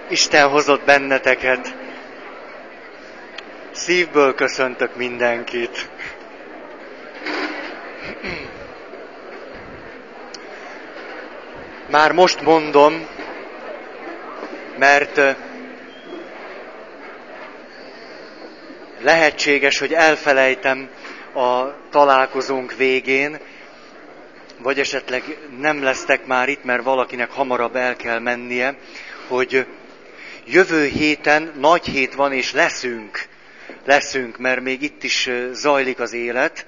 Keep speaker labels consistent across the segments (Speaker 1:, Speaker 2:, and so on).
Speaker 1: Isten hozott benneteket. Szívből köszöntök mindenkit. Már most mondom, mert lehetséges, hogy elfelejtem a találkozónk végén, vagy esetleg nem lesztek már itt, mert valakinek hamarabb el kell mennie, hogy jövő héten nagy hét van, és leszünk, mert még itt is zajlik az élet.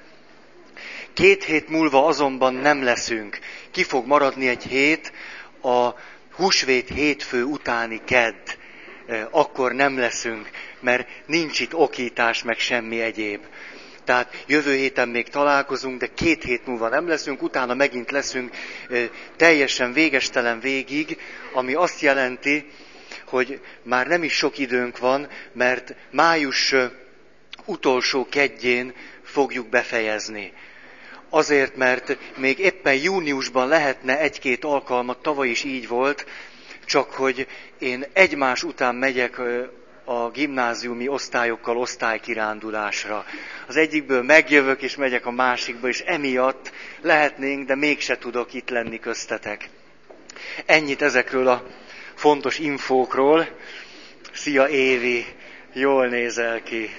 Speaker 1: 2 hét múlva azonban nem leszünk. Ki fog maradni egy hét, a húsvét hétfő utáni kedd. Akkor nem leszünk, mert nincs itt okítás, meg semmi egyéb. Tehát jövő héten még találkozunk, de 2 hét múlva nem leszünk, utána megint leszünk teljesen végestelen végig, ami azt jelenti, hogy már nem is sok időnk van, mert május utolsó keddjén fogjuk befejezni. Azért, mert még éppen júniusban lehetne 1-2 alkalmat, tavaly is így volt, csak hogy én egymás után megyek a gimnáziumi osztályokkal osztálykirándulásra. Az egyikből megjövök, és megyek a másikba, és emiatt lehetnénk, de mégse tudok itt lenni köztetek. Ennyit ezekről a fontos infókról. Szia Évi, jól nézel ki.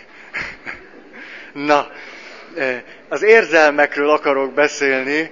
Speaker 1: Na, az érzelmekről akarok beszélni,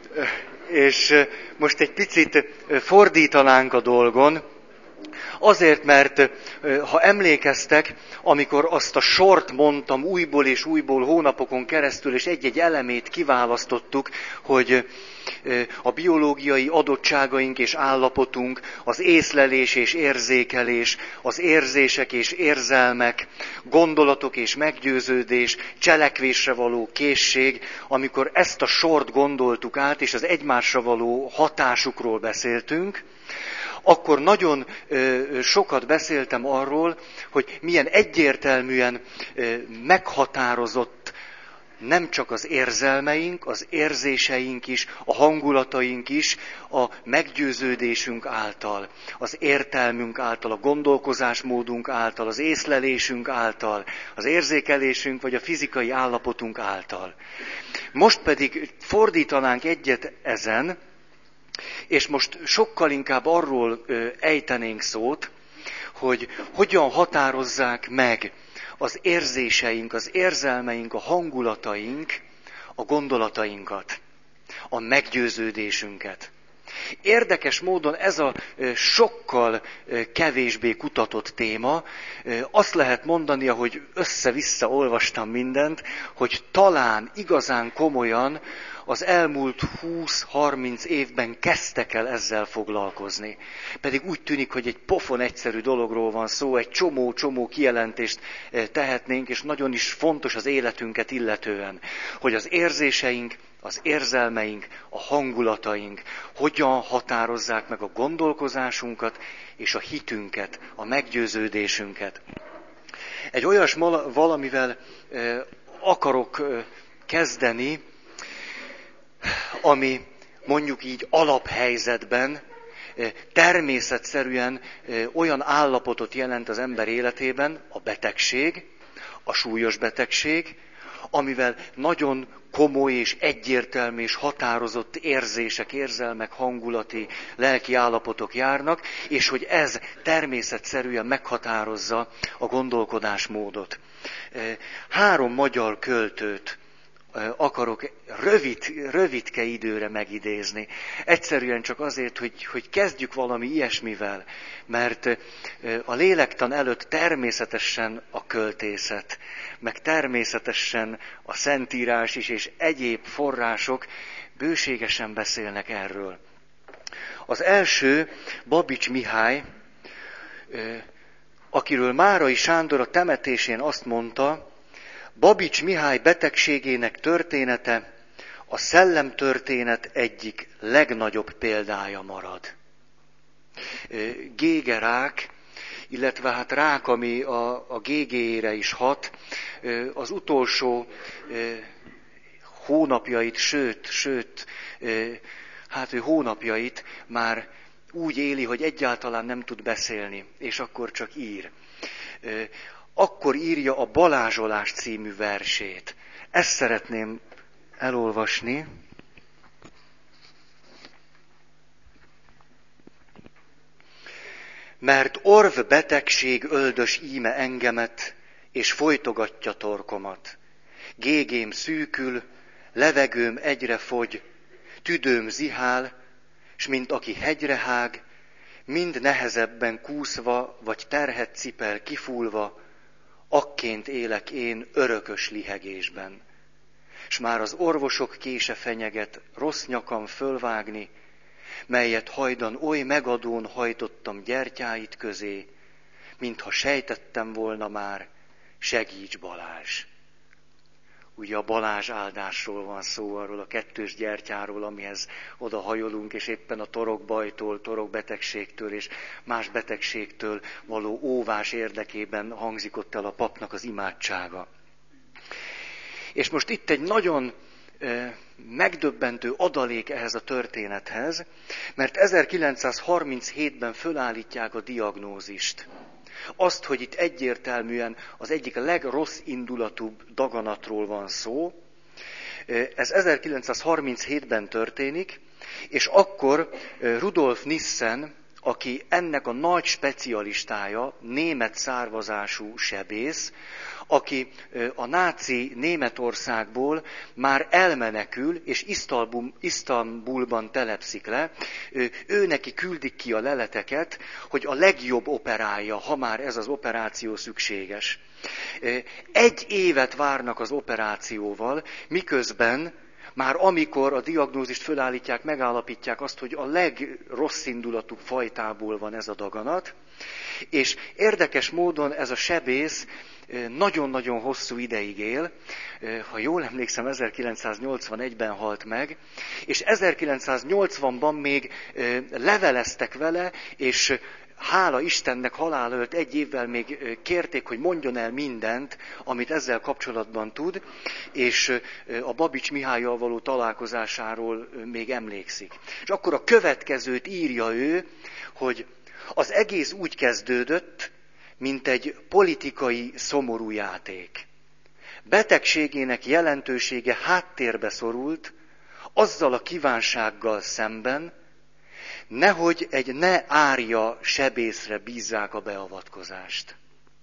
Speaker 1: és most egy picit fordítanánk a dolgon, azért, mert ha emlékeztek, amikor azt a sort mondtam újból és újból hónapokon keresztül, és egy-egy elemét kiválasztottuk, hogy a biológiai adottságaink és állapotunk, az észlelés és érzékelés, az érzések és érzelmek, gondolatok és meggyőződés, cselekvésre való készség, amikor ezt a sort gondoltuk át, és az egymásra való hatásukról beszéltünk, akkor nagyon sokat beszéltem arról, hogy milyen egyértelműen meghatározott nem csak az érzelmeink, az érzéseink is, a hangulataink is a meggyőződésünk által, az értelmünk által, a gondolkozásmódunk által, az észlelésünk által, az érzékelésünk vagy a fizikai állapotunk által. Most pedig fordítanánk egyet ezen, és most sokkal inkább arról ejtenénk szót, hogy hogyan határozzák meg az érzéseink, az érzelmeink, a hangulataink, a gondolatainkat, a meggyőződésünket. Érdekes módon ez a sokkal kevésbé kutatott téma. Azt lehet mondani, ahogy össze-vissza olvastam mindent, hogy talán igazán komolyan az elmúlt 20-30 évben kezdtek el ezzel foglalkozni. Pedig úgy tűnik, hogy egy pofon egyszerű dologról van szó, egy csomó kijelentést tehetnénk, és nagyon is fontos az életünket illetően, hogy az érzéseink, az érzelmeink, a hangulataink hogyan határozzák meg a gondolkozásunkat és a hitünket, a meggyőződésünket. Egy olyas valamivel akarok kezdeni, ami mondjuk így alaphelyzetben természetszerűen olyan állapotot jelent az ember életében, a betegség, a súlyos betegség, amivel nagyon komoly és egyértelmű és határozott érzések, érzelmek, hangulati, lelki állapotok járnak, és hogy ez természetszerűen meghatározza a gondolkodásmódot. 3 magyar költőt akarok rövidke időre megidézni. Egyszerűen csak azért, hogy kezdjük valami ilyesmivel, mert a lélektan előtt természetesen a költészet, meg természetesen a Szentírás is, és egyéb források bőségesen beszélnek erről. Az első Babics Mihály, akiről Márai Sándor a temetésén azt mondta, Babics Mihály betegségének története a szellemtörténet egyik legnagyobb példája marad. Gégerák, illetve hát rák, ami a gégéjére is hat, az utolsó hónapjait, sőt, hát ő hónapjait már úgy éli, hogy egyáltalán nem tud beszélni, és akkor csak ír. Akkor írja a Balázsolás című versét. Ezt szeretném elolvasni. Mert orvbetegség öldös íme engemet, és folytogatja torkomat. Gégém szűkül, levegőm egyre fogy, tüdőm zihál, s mint aki hegyre hág, mind nehezebben kúszva, vagy terhet cipel kifúlva, akként élek én örökös lihegésben. S már az orvosok kése fenyeget rossz nyakam fölvágni, melyet hajdan oly megadón hajtottam gyertyáit közé, mintha sejtettem volna már, segíts Balázs. Ugye a Balázs áldásról van szó, arról a kettős gyertyáról, amihez odahajolunk, és éppen a torogbajtól, torokbetegségtől és más betegségtől való óvás érdekében hangzik ott el a papnak az imádsága. És most itt egy nagyon megdöbbentő adalék ehhez a történethez, mert 1937-ben fölállítják a diagnózist. Azt, hogy itt egyértelműen az egyik legrossz indulatúbb daganatról van szó. Ez 1937-ben történik, és akkor Rudolf Nissen, aki ennek a nagy specialistája, német származású sebész, aki a náci Németországból már elmenekül, és Isztambulban telepszik le, ő neki küldik ki a leleteket, hogy a legjobb operálja, ha már ez az operáció szükséges. 1 évet várnak az operációval, miközben már amikor a diagnózist fölállítják, megállapítják azt, hogy a legrosszindulatúbb fajtából van ez a daganat, és érdekes módon ez a sebész nagyon-nagyon hosszú ideig él, ha jól emlékszem, 1981-ben halt meg, és 1980-ban még leveleztek vele, és hála Istennek halála előtt 1 évvel még kérték, hogy mondjon el mindent, amit ezzel kapcsolatban tud, és a Babics Mihállyal való találkozásáról még emlékszik. És akkor a következőt írja ő, hogy az egész úgy kezdődött, mint egy politikai szomorú játék. Betegségének jelentősége háttérbe szorult, azzal a kívánsággal szemben, nehogy egy ne árja sebészre bízzák a beavatkozást.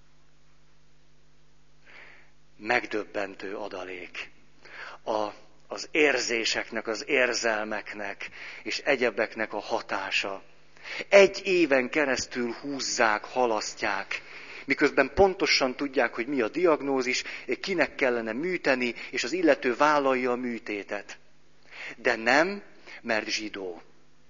Speaker 1: Megdöbbentő adalék. Az érzéseknek, az érzelmeknek és egyebeknek a hatása. 1 éven keresztül húzzák, halasztják, miközben pontosan tudják, hogy mi a diagnózis, kinek kellene műteni, és az illető vállalja a műtétet. De nem, mert zsidó.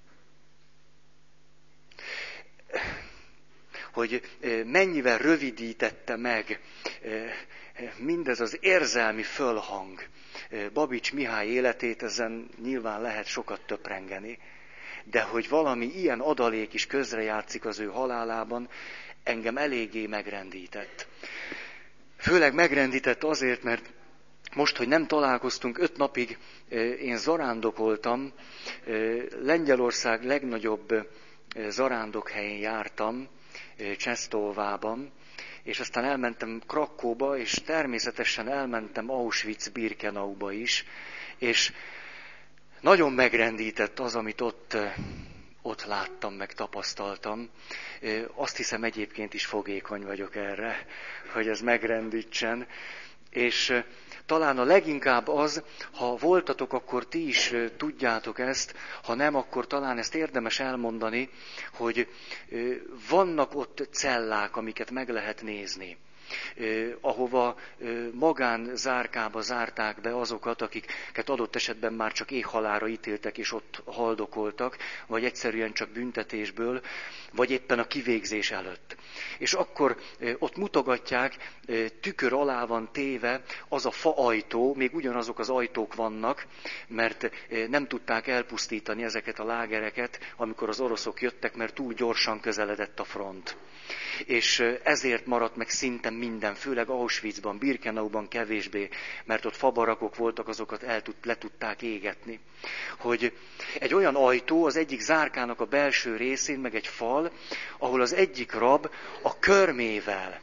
Speaker 1: Hogy mennyivel rövidítette meg mindez az érzelmi fölhang Babics Mihály életét, ezen nyilván lehet sokat töprengeni. De hogy valami ilyen adalék is közrejátszik az ő halálában, engem eléggé megrendített. Főleg megrendített azért, mert most, hogy nem találkoztunk 5 napig, én zarándokoltam, Lengyelország legnagyobb zarándokhelyén jártam, Csesztóvában, és aztán elmentem Krakóba, és természetesen elmentem Auschwitz-Birkenauba is, és nagyon megrendített az, amit ott láttam, meg tapasztaltam. Azt hiszem egyébként is fogékony vagyok erre, hogy ez megrendítsen. És talán a leginkább az, ha voltatok, akkor ti is tudjátok ezt, ha nem, akkor talán ezt érdemes elmondani, hogy vannak ott cellák, amiket meg lehet nézni. Ahova magánzárkába zárták be azokat, akiket adott esetben már csak éhhalálra ítéltek, és ott haldokoltak, vagy egyszerűen csak büntetésből, vagy éppen a kivégzés előtt. És akkor ott mutogatják, tükör alá van téve az a faajtó, még ugyanazok az ajtók vannak, mert nem tudták elpusztítani ezeket a lágereket, amikor az oroszok jöttek, mert túl gyorsan közeledett a front. És ezért maradt meg szinte minden, főleg Auschwitzban, Birkenauban kevésbé, mert ott fabarakok voltak, azokat le tudták égetni. Hogy egy olyan ajtó az egyik zárkának a belső részén, meg egy fal, ahol az egyik rab a körmével,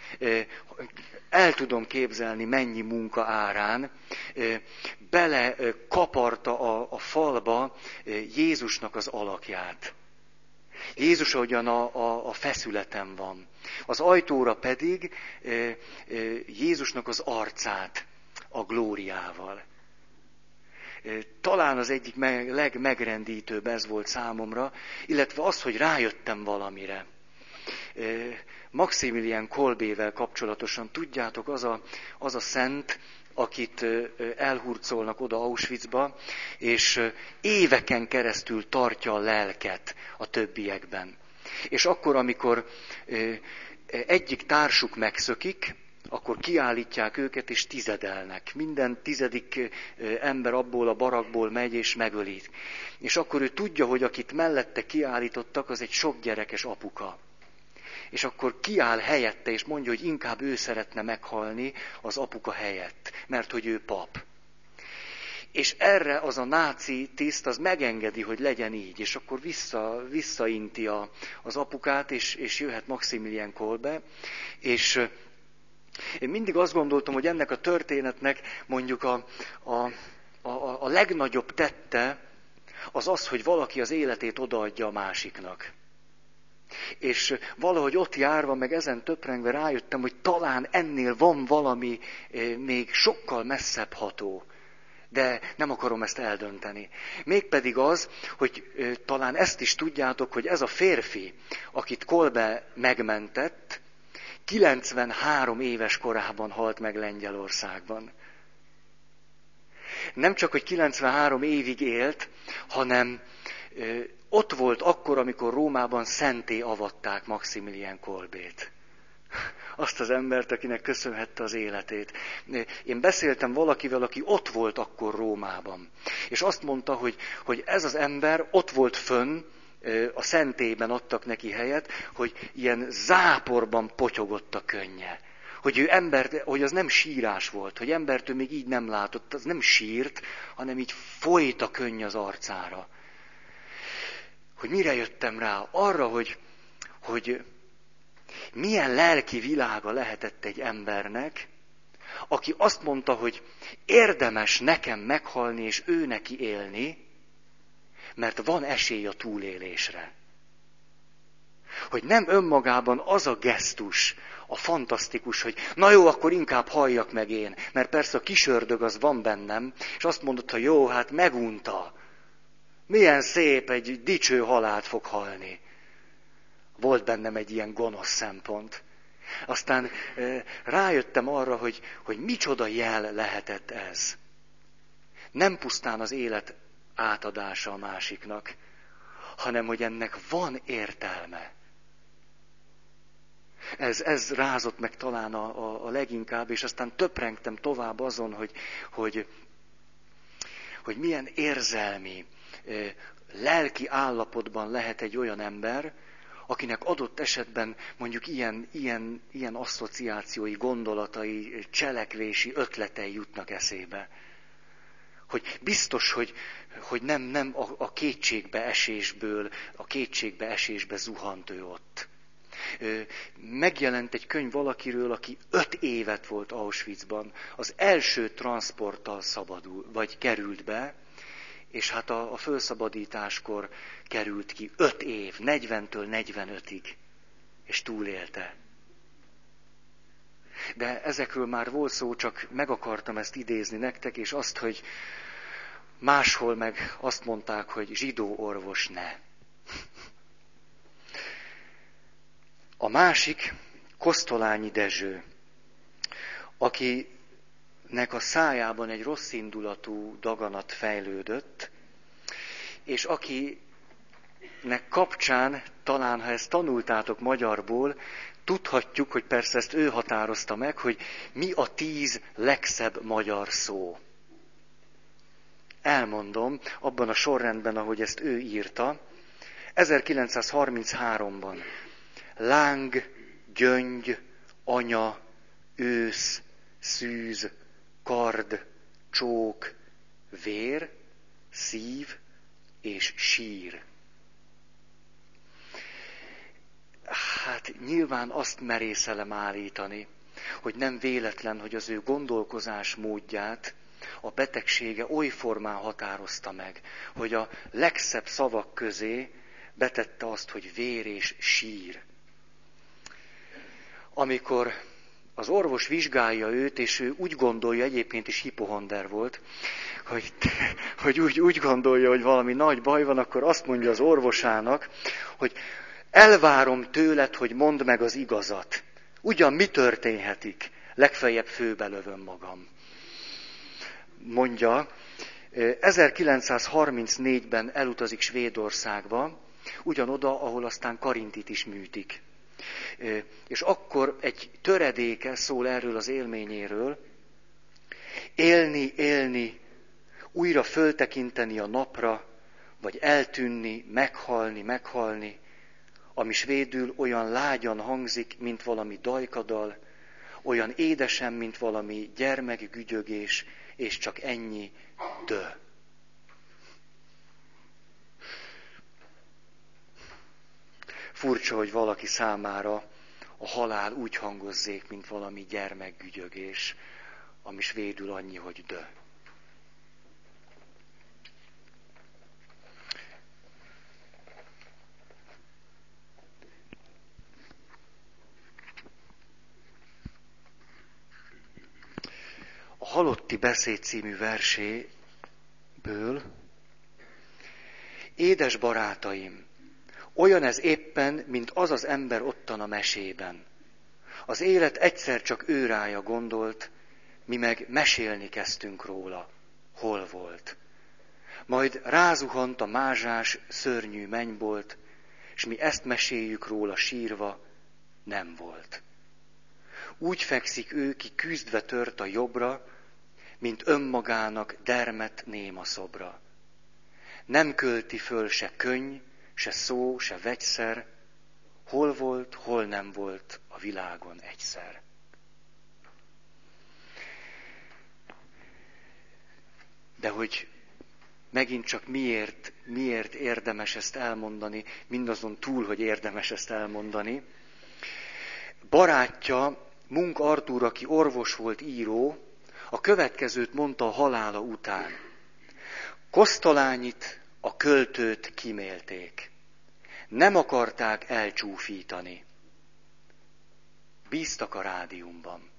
Speaker 1: el tudom képzelni mennyi munka árán, bele kaparta a falba Jézusnak az alakját. Jézus ahogyan a feszületen van. Az ajtóra pedig Jézusnak az arcát a glóriával. Talán az egyik legmegrendítőbb ez volt számomra, illetve az, hogy rájöttem valamire. Maximilien Kolbével kapcsolatosan, tudjátok, az a szent, akit elhurcolnak oda Auschwitzba, és éveken keresztül tartja a lelket a többiekben. És akkor, amikor egyik társuk megszökik, akkor kiállítják őket és tizedelnek. Minden 10. ember abból a barakból megy és megölik. És akkor ő tudja, hogy akit mellette kiállítottak, az egy sok gyerekes apuka. És akkor kiáll helyette, és mondja, hogy inkább ő szeretne meghalni az apuka helyett, mert hogy ő pap. És erre az a náci tiszt az megengedi, hogy legyen így, és akkor visszainti az apukát, és jöhet Maximilien Kolbe, és én mindig azt gondoltam, hogy ennek a történetnek mondjuk a legnagyobb tette az, hogy valaki az életét odaadja a másiknak. És valahogy ott járva, meg ezen töprengve rájöttem, hogy talán ennél van valami még sokkal messzebb ható. De nem akarom ezt eldönteni. Mégpedig az, hogy talán ezt is tudjátok, hogy ez a férfi, akit Kolbe megmentett, 93 éves korában halt meg Lengyelországban. Nem csak, hogy 93 évig élt, hanem ott volt akkor, amikor Rómában szenté avatták Maximilien Kolbét. Azt az embert, akinek köszönhette az életét. Én beszéltem valakivel, aki ott volt akkor Rómában. És azt mondta, hogy ez az ember ott volt fönn, a szentében adtak neki helyet, hogy ilyen záporban potyogott a könnye. Hogy az nem sírás volt, hogy embert ő még így nem látott, az nem sírt, hanem így folyt a könny az arcára. Hogy mire jöttem rá? Arra, hogy milyen lelki világa lehetett egy embernek, aki azt mondta, hogy érdemes nekem meghalni, és ő neki élni, mert van esély a túlélésre. Hogy nem önmagában az a gesztus, a fantasztikus, hogy na jó, akkor inkább halljak meg én, mert persze a kis ördög az van bennem, és azt mondott, hogy jó, hát megunta. Milyen szép, egy dicső halált fog halni. Volt bennem egy ilyen gonosz szempont. Aztán rájöttem arra, hogy micsoda jel lehetett ez. Nem pusztán az élet átadása a másiknak, hanem hogy ennek van értelme. Ez rázott meg talán a leginkább, és aztán töprengtem tovább azon, hogy milyen érzelmi, lelki állapotban lehet egy olyan ember, akinek adott esetben mondjuk ilyen asszociációi, gondolatai, cselekvési ötletei jutnak eszébe. Hogy biztos, hogy nem a kétségbeesésbe zuhant ő ott. Megjelent egy könyv valakiről, aki 5 évet volt Auschwitzban, az első transporttal került be, és hát a felszabadításkor került ki 5 év, 40-től 45-ig, és túlélte. De ezekről már volt szó, csak meg akartam ezt idézni nektek, és azt, hogy máshol meg azt mondták, hogy zsidó orvos ne. A másik Kosztolányi Dezső, akinek a szájában egy rosszindulatú daganat fejlődött, és akinek kapcsán, talán ha ezt tanultátok magyarból, tudhatjuk, hogy persze ezt ő határozta meg, hogy mi a 10 legszebb magyar szó. Elmondom, abban a sorrendben, ahogy ezt ő írta, 1933-ban. Láng, gyöngy, anya, ősz, szűz, kard, csók, vér, szív és sír. Hát nyilván azt merészelem állítani, hogy nem véletlen, hogy az ő gondolkozás módját a betegsége oly formán határozta meg, hogy a legszebb szavak közé betette azt, hogy vér és sír. Amikor az orvos vizsgálja őt, és ő úgy gondolja, egyébként is hipohonder volt, hogy úgy gondolja, hogy valami nagy baj van, akkor azt mondja az orvosának, hogy elvárom tőled, hogy mondd meg az igazat. Ugyan mi történhetik? Legfeljebb főbelövöm magam. Mondja, 1934-ben elutazik Svédországba, ugyanoda, ahol aztán Karintit is műtik. És akkor egy töredéke szól erről az élményéről, élni, újra föltekinteni a napra, vagy eltűnni, meghalni, ami svédül olyan lágyan hangzik, mint valami dajkadal, olyan édesen, mint valami gyermekgügyögés, és csak ennyi, dö. Furcsa, hogy valaki számára a halál úgy hangozzék, mint valami gyermekgügyögés, ami svédül annyi, hogy dö. A Halotti beszéd című verséből: édes barátaim, olyan ez éppen, mint az az ember ottan a mesében. Az élet egyszer csak őrája gondolt, mi meg mesélni kezdtünk róla, hol volt. Majd rázuhant a mázsás, szörnyű mennybolt, s mi ezt meséljük róla sírva, nem volt. Úgy fekszik ő, ki küzdve tört a jobbra, mint önmagának dermet néma szobra. Nem költi föl se könny, se szó, se vegyszer, hol volt, hol nem volt a világon egyszer. De hogy megint csak miért érdemes ezt elmondani, mindazon túl, hogy érdemes ezt elmondani. Barátja, Munk Artúr, aki orvos volt, író, a következőt mondta a halála után. Kosztolányit, a költőt kimélték. Nem akarták elcsúfítani. Bíztak a rádiumban.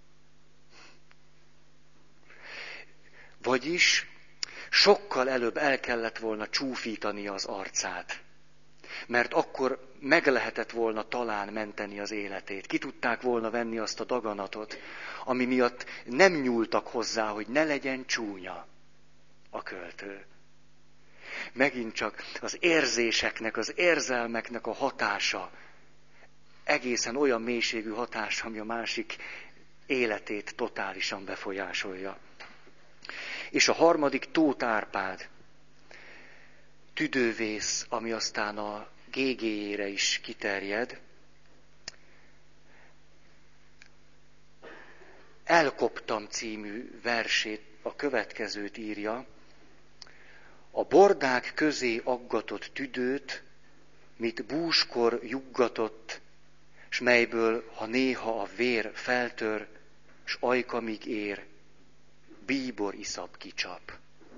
Speaker 1: Vagyis sokkal előbb el kellett volna csúfítani az arcát. Mert akkor meg lehetett volna talán menteni az életét. Ki tudták volna venni azt a daganatot, ami miatt nem nyúltak hozzá, hogy ne legyen csúnya a költő. Megint csak az érzéseknek, az érzelmeknek a hatása, egészen olyan mélységű hatása, ami a másik életét totálisan befolyásolja. És a harmadik Tóth Árpád, tüdővész, ami aztán a GG-jére is kiterjed. Elkoptam című versét, a következőt írja. A bordák közé aggatott tüdőt, mit búskor juggatott, s melyből, ha néha a vér feltör, s ajkamig ér, bíbor iszap kicsap.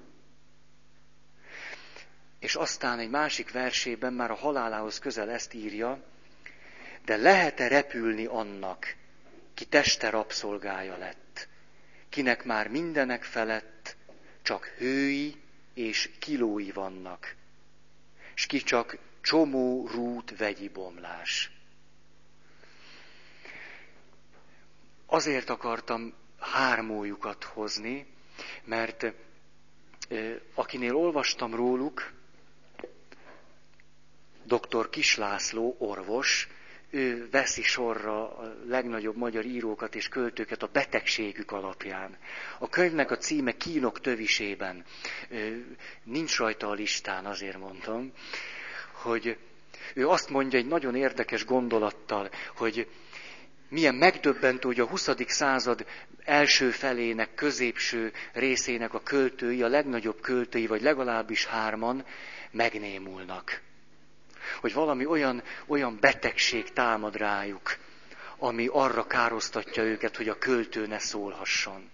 Speaker 1: És aztán egy másik versében már a halálához közel ezt írja, de lehet-e repülni annak, ki teste rabszolgája lett, kinek már mindenek felett csak hői és kilói vannak, s ki csak csomó rút vegyi bomlás. Azért akartam hármójukat hozni, mert akinél olvastam róluk, dr. Kiss László, orvos, ő veszi sorra a legnagyobb magyar írókat és költőket a betegségük alapján. A könyvnek a címe Kínok tövisében. Nincs rajta a listán, azért mondtam, hogy ő azt mondja egy nagyon érdekes gondolattal, hogy milyen megdöbbentő, hogy a 20. század első felének, középső részének a költői, a legnagyobb költői, vagy legalábbis 3 megnémulnak. Hogy valami olyan betegség támad rájuk, ami arra károsztatja őket, hogy a költő ne szólhasson.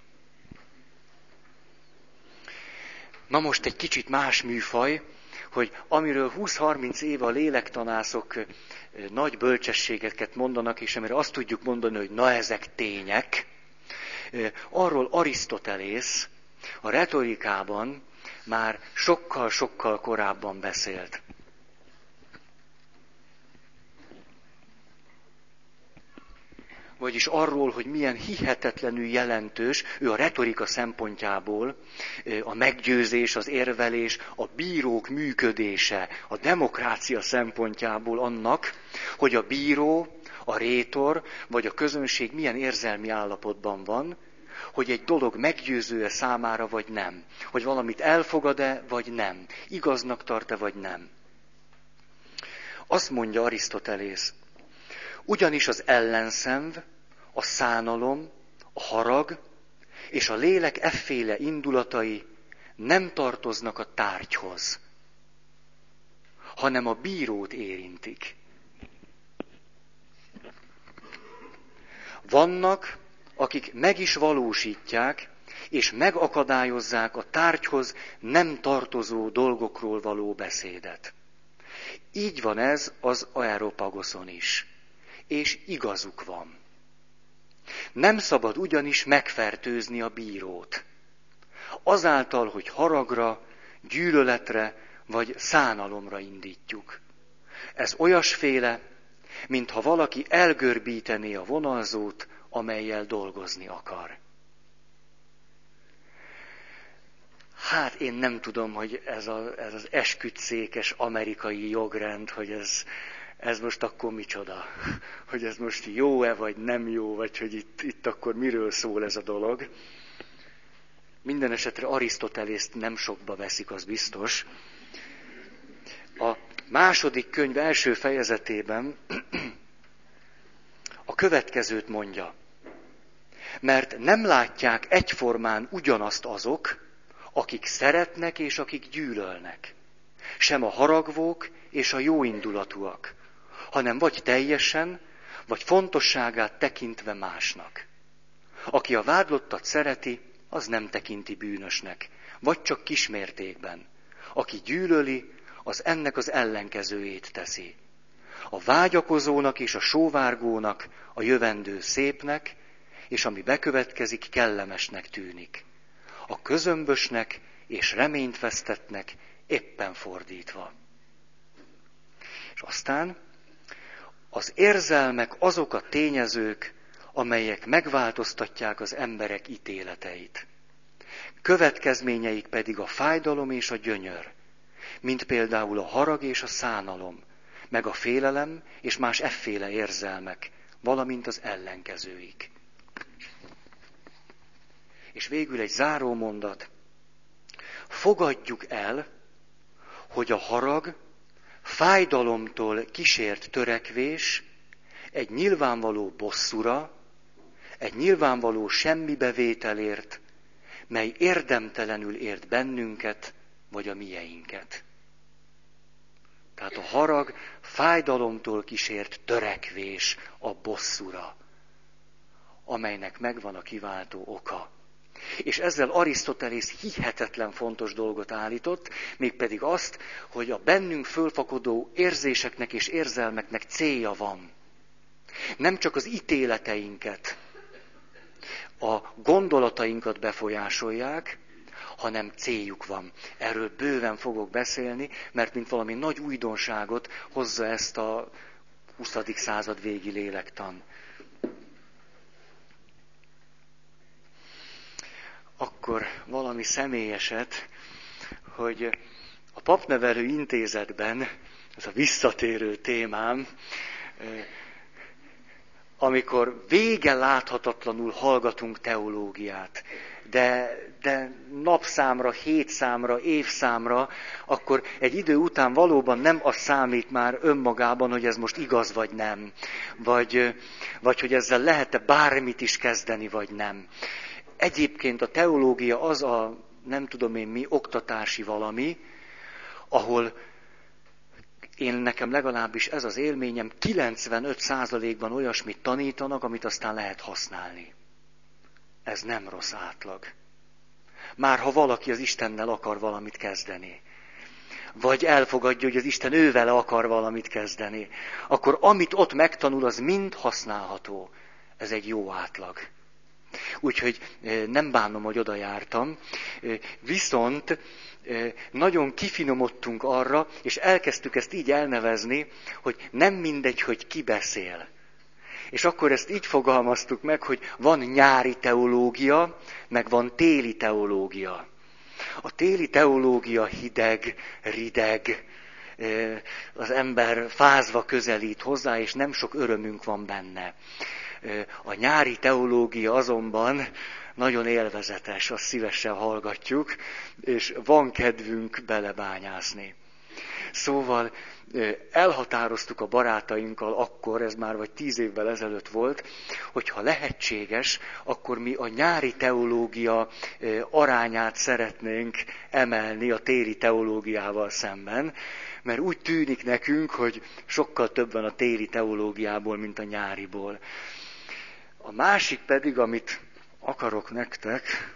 Speaker 1: Na most egy kicsit más műfaj, hogy amiről 20-30 éve a lélektanászok nagy bölcsességeket mondanak, és amire azt tudjuk mondani, hogy na ezek tények, arról Arisztotelész a retorikában már sokkal-sokkal korábban beszélt. Vagyis arról, hogy milyen hihetetlenül jelentős ő a retorika szempontjából a meggyőzés, az érvelés, a bírók működése, a demokrácia szempontjából annak, hogy a bíró, a rétor vagy a közönség milyen érzelmi állapotban van, hogy egy dolog meggyőző-e számára vagy nem, hogy valamit elfogad-e vagy nem, igaznak tart-e vagy nem. Azt mondja Arisztotelész, ugyanis az ellenszenv, a szánalom, a harag és a lélek efféle indulatai nem tartoznak a tárgyhoz, hanem a bírót érintik. Vannak, akik meg is valósítják, és megakadályozzák a tárgyhoz nem tartozó dolgokról való beszédet. Így van ez az Areopagoszon is. És igazuk van. Nem szabad ugyanis megfertőzni a bírót. Azáltal, hogy haragra, gyűlöletre vagy szánalomra indítjuk. Ez olyasféle, mintha valaki elgörbítené a vonalzót, amellyel dolgozni akar. Hát én nem tudom, hogy ez az esküdtszékes amerikai jogrend, hogy ez most akkor micsoda? Hogy ez most jó-e, vagy nem jó, vagy hogy itt akkor miről szól ez a dolog. Minden esetre Arisztotelészt nem sokba veszik, az biztos. A második könyv első fejezetében a következőt mondja. Mert nem látják egyformán ugyanazt azok, akik szeretnek és akik gyűlölnek. Sem a haragvók és a jóindulatúak, hanem vagy teljesen, vagy fontosságát tekintve másnak. Aki a vádlottat szereti, az nem tekinti bűnösnek, vagy csak kismértékben. Aki gyűlöli, az ennek az ellenkezőjét teszi. A vágyakozónak és a sóvárgónak a jövendő szépnek, és ami bekövetkezik, kellemesnek tűnik. A közömbösnek és reményt vesztettnek éppen fordítva. És aztán az érzelmek azok a tényezők, amelyek megváltoztatják az emberek ítéleteit. Következményeik pedig a fájdalom és a gyönyör, mint például a harag és a szánalom, meg a félelem és más efféle érzelmek, valamint az ellenkezőik. És végül egy záró mondat. Fogadjuk el, hogy a harag, fájdalomtól kísért törekvés egy nyilvánvaló bosszúra, egy nyilvánvaló semmibevételért, mely érdemtelenül ért bennünket, vagy a mieinket. Tehát a harag fájdalomtól kísért törekvés a bosszúra, amelynek megvan a kiváltó oka. És ezzel Arisztotelész hihetetlen fontos dolgot állított, mégpedig azt, hogy a bennünk fölfakadó érzéseknek és érzelmeknek célja van. Nem csak az ítéleteinket, a gondolatainkat befolyásolják, hanem céljuk van. Erről bőven fogok beszélni, mert mint valami nagy újdonságot hozza ezt a 20. század végi lélektan. Akkor valami személyeset, hogy a Papnevelő Intézetben, ez a visszatérő témám, amikor vége láthatatlanul hallgatunk teológiát, de napszámra, hétszámra, évszámra, akkor egy idő után valóban nem az számít már önmagában, hogy ez most igaz vagy nem. Vagy hogy ezzel lehet-e bármit is kezdeni, vagy nem. Egyébként a teológia az a, nem tudom én mi, oktatási valami, ahol nekem legalábbis ez az élményem, 95%-ban olyasmit tanítanak, amit aztán lehet használni. Ez nem rossz átlag. Már ha valaki az Istennel akar valamit kezdeni, vagy elfogadja, hogy az Isten ővele akar valamit kezdeni, akkor amit ott megtanul, az mind használható. Ez egy jó átlag. Úgyhogy nem bánom, hogy oda jártam, viszont nagyon kifinomodtunk arra, és elkezdtük ezt így elnevezni, hogy nem mindegy, hogy ki beszél. És akkor ezt így fogalmaztuk meg, hogy van nyári teológia, meg van téli teológia. A téli teológia hideg, rideg, az ember fázva közelít hozzá, és nem sok örömünk van benne. A nyári teológia azonban nagyon élvezetes, azt szívesen hallgatjuk, és van kedvünk belebányászni. Szóval elhatároztuk a barátainkkal akkor, ez már vagy 10 évvel ezelőtt volt, hogy ha lehetséges, akkor mi a nyári teológia arányát szeretnénk emelni a téli teológiával szemben, mert úgy tűnik nekünk, hogy sokkal több van a téli teológiából, mint a nyáriból. A másik pedig, amit akarok nektek,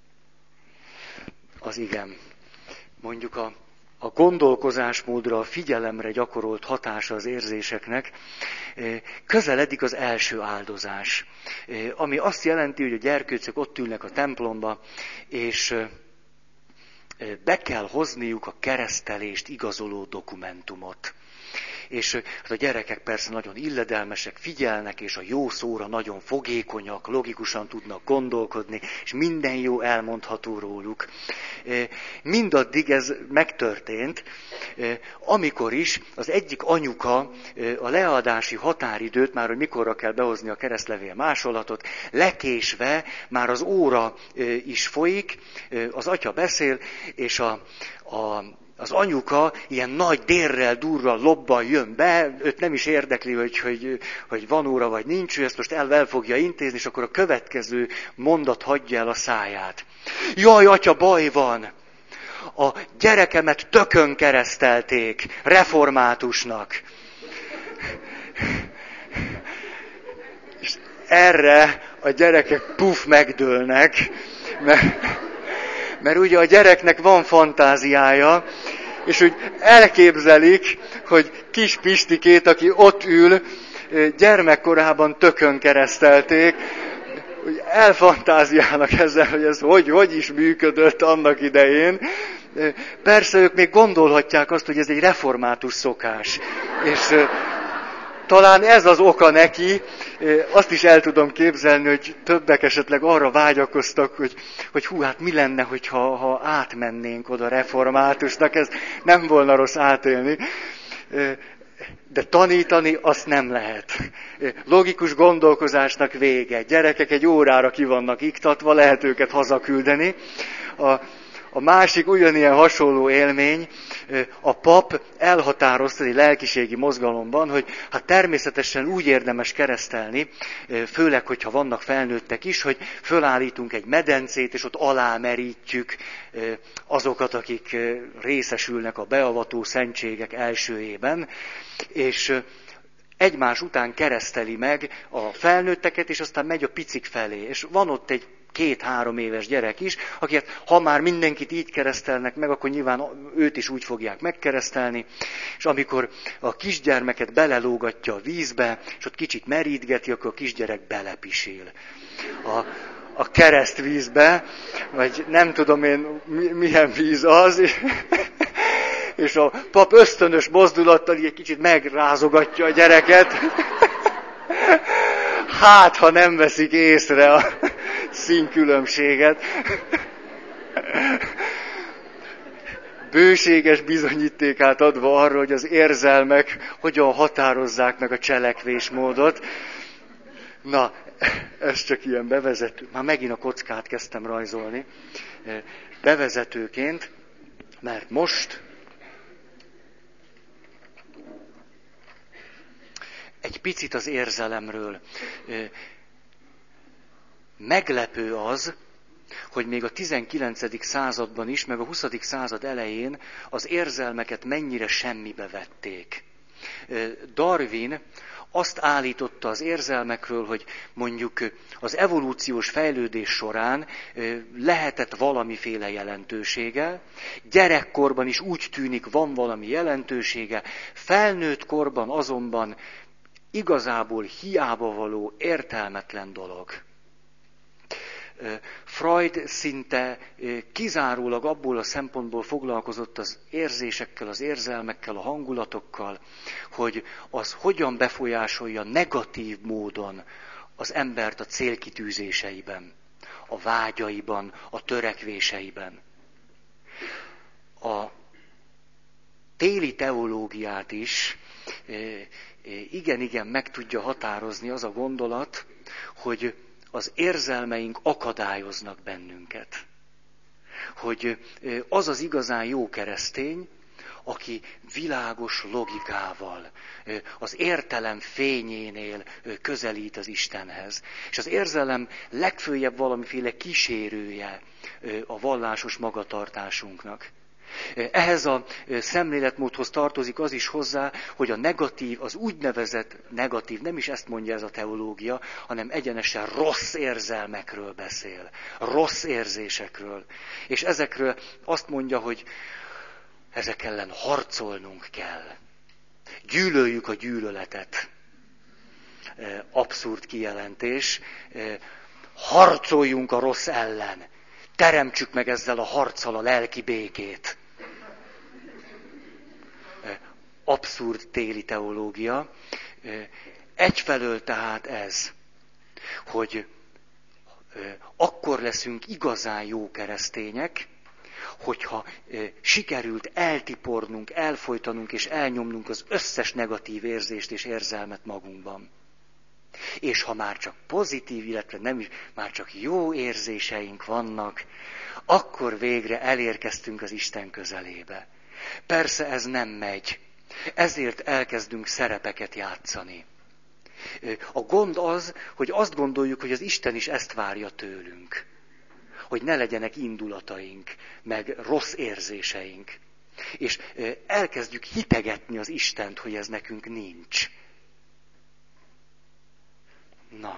Speaker 1: az igen, mondjuk a gondolkozásmódra, a figyelemre gyakorolt hatása az érzéseknek, közeledik az első áldozás. Ami azt jelenti, hogy a gyerkőcök ott ülnek a templomba, és be kell hozniuk a keresztelést igazoló dokumentumot. És a gyerekek persze nagyon illedelmesek, figyelnek, és a jó szóra nagyon fogékonyak, logikusan tudnak gondolkodni, és minden jó elmondható róluk. Mindaddig ez megtörtént, amikor is az egyik anyuka a leadási határidőt, már hogy mikorra kell behozni a keresztlevél másolatot, lekésve már az óra is folyik, az atya beszél, és az anyuka ilyen nagy dérrel, durral, lobban jön be, őt nem is érdekli, hogy van óra vagy nincs, ő ezt most el fogja intézni, és akkor a következő mondat hagyja el a száját. Jaj, atya, baj van! A gyerekemet tökön keresztelték, reformátusnak. És erre a gyerekek megdőlnek, mert ugye a gyereknek van fantáziája, és úgy elképzelik, hogy kis Pistikét, aki ott ül, gyermekkorában tökön keresztelték, úgy elfantáziálnak ezzel, hogy ez hogy is működött annak idején. Persze ők még gondolhatják azt, hogy ez egy református szokás. És talán ez az oka neki, azt is el tudom képzelni, hogy többek esetleg arra vágyakoztak, hogy hú, hát mi lenne, ha átmennénk oda reformátusnak, ez nem volna rossz átélni. De tanítani azt nem lehet. Logikus gondolkozásnak vége. Gyerekek egy órára ki vannak iktatva, lehet őket hazaküldeni. A másik ugyanilyen hasonló élmény, a pap elhatározta egy lelkiségi mozgalomban, hogy hát természetesen úgy érdemes keresztelni, főleg, hogyha vannak felnőttek is, hogy fölállítunk egy medencét, és ott alámerítjük azokat, akik részesülnek a beavató szentségek elsőjében, és egymás után kereszteli meg a felnőtteket, és aztán megy a picik felé. És van ott egy 2-3 éves gyerek is, akiket ha már mindenkit így keresztelnek meg, akkor nyilván őt is úgy fogják megkeresztelni, és amikor a kisgyermeket belelógatja a vízbe, és ott kicsit merítgeti, akkor a kisgyerek belepisil a keresztvízbe, vagy nem tudom én milyen víz az, és a pap ösztönös mozdulattal egy kicsit megrázogatja a gyereket. Hát, ha nem veszik észre a színkülönbséget. Bőséges bizonyítékát adva arra, hogy az érzelmek hogyan határozzák meg a cselekvésmódot. Na, Ez csak ilyen bevezető. Már megint a kockát kezdtem rajzolni. Bevezetőként, mert most egy picit az érzelemről. Meglepő az, hogy még a 19. században is, meg a 20. század elején az érzelmeket mennyire semmibe vették. Darwin azt állította az érzelmekről, hogy mondjuk az evolúciós fejlődés során lehetett valamiféle jelentősége, gyerekkorban is úgy tűnik, van valami jelentősége, felnőtt korban azonban igazából hiába való, értelmetlen dolog. Freud szinte kizárólag abból a szempontból foglalkozott az érzésekkel, az érzelmekkel, a hangulatokkal, hogy az hogyan befolyásolja negatív módon az embert a célkitűzéseiben, a vágyaiban, a törekvéseiben. A téli teológiát is igen meg tudja határozni az a gondolat, hogy az érzelmeink akadályoznak bennünket. Hogy az az igazán jó keresztény, aki világos logikával, az értelem fényénél közelít az Istenhez. És az érzelem legfőjebb valamiféle kísérője a vallásos magatartásunknak. Ehhez a szemléletmódhoz tartozik az is hozzá, hogy a negatív, az úgynevezett negatív, nem is ezt mondja ez a teológia, hanem egyenesen rossz érzelmekről beszél, rossz érzésekről. És ezekről azt mondja, hogy ezek ellen harcolnunk kell. Gyűlöljük a gyűlöletet. Abszurd kijelentés. Harcoljunk a rossz ellen. Teremtsük meg ezzel a harccal a lelki békét. Abszurd téli teológia. Egyfelől tehát ez, hogy akkor leszünk igazán jó keresztények, hogyha sikerült eltipornunk, elfojtanunk és elnyomnunk az összes negatív érzést és érzelmet magunkban. És ha már csak pozitív, illetve nem is, már csak jó érzéseink vannak, akkor végre elérkeztünk az Isten közelébe. Persze ez nem megy. Ezért elkezdünk szerepeket játszani. A gond az, hogy azt gondoljuk, hogy az Isten is ezt várja tőlünk. Hogy ne legyenek indulataink, meg rossz érzéseink. És elkezdjük hitegetni az Istent, hogy ez nekünk nincs. Na.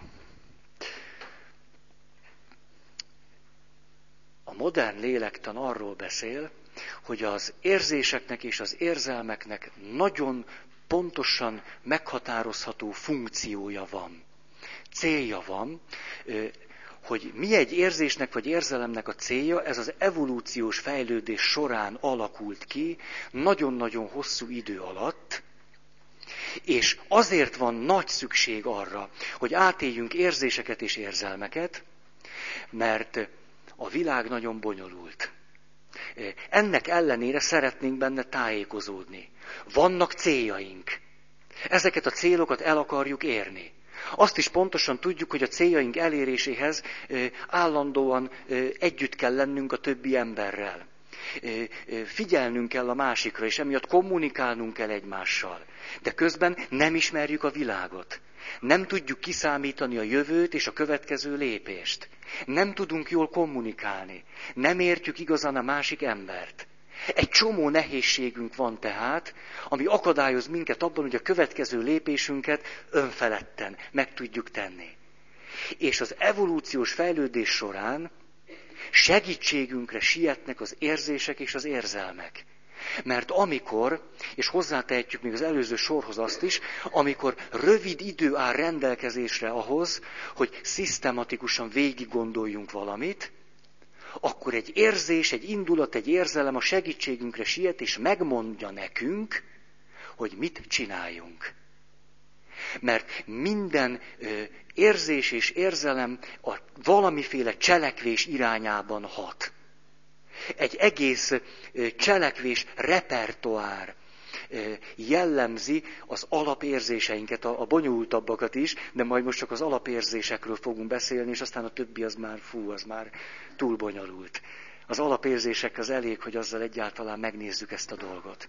Speaker 1: A modern lélektan arról beszél, hogy az érzéseknek és az érzelmeknek nagyon pontosan meghatározható funkciója van. Célja van, hogy mi egy érzésnek vagy érzelemnek a célja, ez az evolúciós fejlődés során alakult ki, nagyon-nagyon hosszú idő alatt, és azért van nagy szükség arra, hogy átéljünk érzéseket és érzelmeket, mert a világ nagyon bonyolult. Ennek ellenére szeretnénk benne tájékozódni. Vannak céljaink. Ezeket a célokat el akarjuk érni. Azt is pontosan tudjuk, hogy a céljaink eléréséhez állandóan együtt kell lennünk a többi emberrel. Figyelnünk kell a másikra, és emiatt kommunikálnunk kell egymással. De közben nem ismerjük a világot. Nem tudjuk kiszámítani a jövőt és a következő lépést. Nem tudunk jól kommunikálni. Nem értjük igazán a másik embert. Egy csomó nehézségünk van tehát, ami akadályoz minket abban, hogy a következő lépésünket önfeledten meg tudjuk tenni. És az evolúciós fejlődés során segítségünkre sietnek az érzések és az érzelmek. Mert amikor, és hozzátehetjük még az előző sorhoz azt is, amikor rövid idő áll rendelkezésre ahhoz, hogy szisztematikusan végig gondoljunk valamit, akkor egy érzés, egy indulat, egy érzelem a segítségünkre siet, és megmondja nekünk, hogy mit csináljunk. Mert minden érzés és érzelem a valamiféle cselekvés irányában hat. Egy egész cselekvés repertoár jellemzi az alapérzéseinket, a bonyolultabbakat is, de majd most csak az alapérzésekről fogunk beszélni, és aztán a többi az már túl bonyolult. Az alapérzések az elég, hogy azzal egyáltalán megnézzük ezt a dolgot.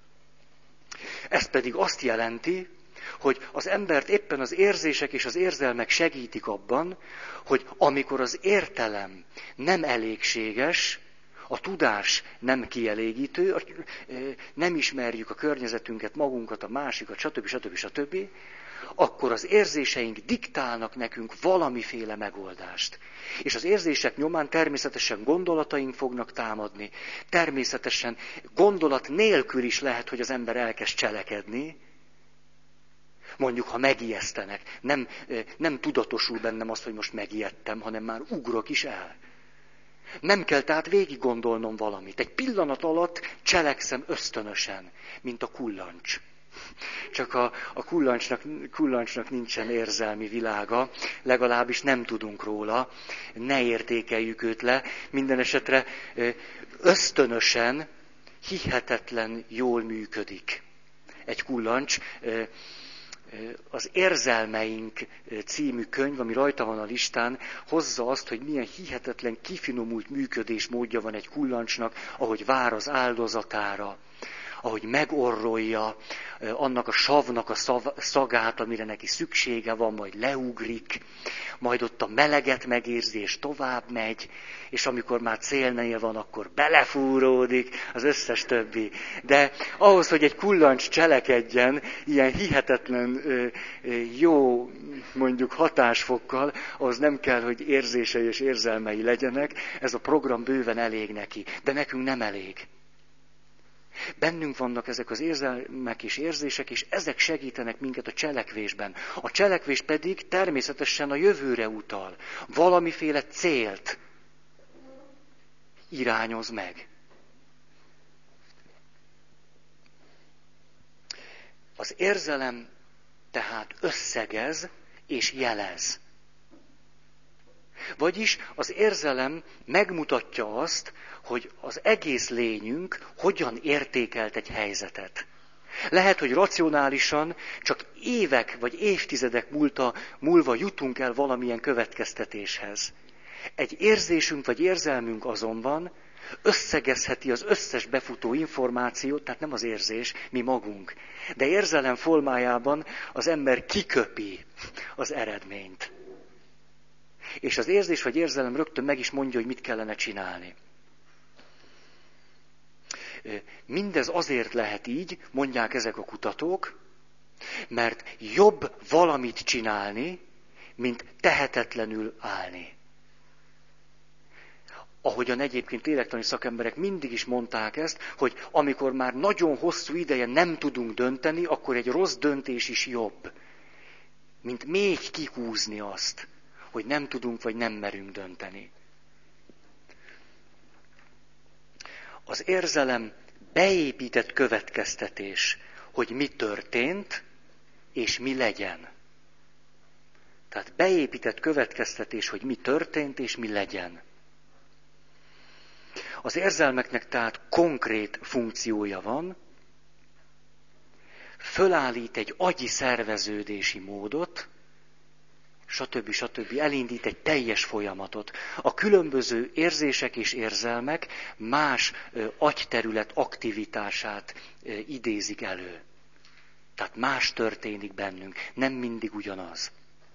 Speaker 1: Ez pedig azt jelenti, hogy az embert éppen az érzések és az érzelmek segítik abban, hogy amikor az értelem nem elégséges, a tudás nem kielégítő, nem ismerjük a környezetünket, magunkat, a másikat, stb., akkor az érzéseink diktálnak nekünk valamiféle megoldást. És az érzések nyomán természetesen gondolataink fognak támadni, természetesen gondolat nélkül is lehet, hogy az ember elkezd cselekedni, mondjuk, ha megijesztenek. Nem tudatosul bennem azt, hogy most megijedtem, hanem már ugrok is el. Nem kell tehát végig gondolnom valamit. Egy pillanat alatt cselekszem ösztönösen, mint a kullancs. Csak a kullancsnak nincsen érzelmi világa, legalábbis nem tudunk róla, ne értékeljük őt le. Minden esetre ösztönösen, hihetetlen jól működik egy kullancs. Az Érzelmeink című könyv, ami rajta van a listán, hozza azt, hogy milyen hihetetlen kifinomult működésmódja van egy kullancsnak, ahogy vár az áldozatára, ahogy megorrolja annak a savnak a szagát, amire neki szüksége van, majd leugrik, majd ott a meleget megérzi, és tovább megy, és amikor már célnél van, akkor belefúródik, az összes többi. De ahhoz, hogy egy kullancs cselekedjen, ilyen hihetetlen jó, mondjuk hatásfokkal, ahhoz nem kell, hogy érzései és érzelmei legyenek, ez a program bőven elég neki, de nekünk nem elég. Bennünk vannak ezek az érzelmek és érzések, és ezek segítenek minket a cselekvésben. A cselekvés pedig természetesen a jövőre utal. Valamiféle célt irányoz meg. Az érzelem tehát összegez és jelez. Vagyis az érzelem megmutatja azt, hogy az egész lényünk hogyan értékelt egy helyzetet. Lehet, hogy racionálisan csak évek vagy évtizedek múlva jutunk el valamilyen következtetéshez. Egy érzésünk vagy érzelmünk azonban összegezheti az összes befutó információt, tehát nem az érzés, mi magunk. De érzelem formájában az ember kiköpi az eredményt. És az érzés vagy érzelem rögtön meg is mondja, hogy mit kellene csinálni. Mindez azért lehet így, mondják ezek a kutatók, mert jobb valamit csinálni, mint tehetetlenül állni. Ahogyan egyébként lélektani szakemberek mindig is mondták ezt, hogy amikor már nagyon hosszú ideje nem tudunk dönteni, akkor egy rossz döntés is jobb, mint még kihúzni azt, hogy nem tudunk vagy nem merünk dönteni. Az érzelem beépített következtetés, hogy mi történt, és mi legyen. Tehát beépített következtetés, hogy mi történt, és mi legyen. Az érzelmeknek tehát konkrét funkciója van, fölállít egy agyi szerveződési módot, stb. Elindít egy teljes folyamatot. A különböző érzések és érzelmek más agyterület aktivitását idézik elő. Tehát más történik bennünk, nem mindig ugyanaz.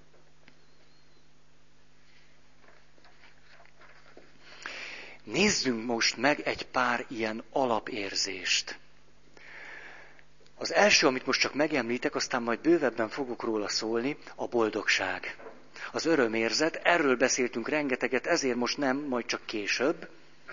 Speaker 1: Nézzünk most meg egy pár ilyen alapérzést. Az első, amit most csak megemlítek, aztán majd bővebben fogok róla szólni, a boldogság. Az örömérzet, erről beszéltünk rengeteget, ezért most nem, majd csak később.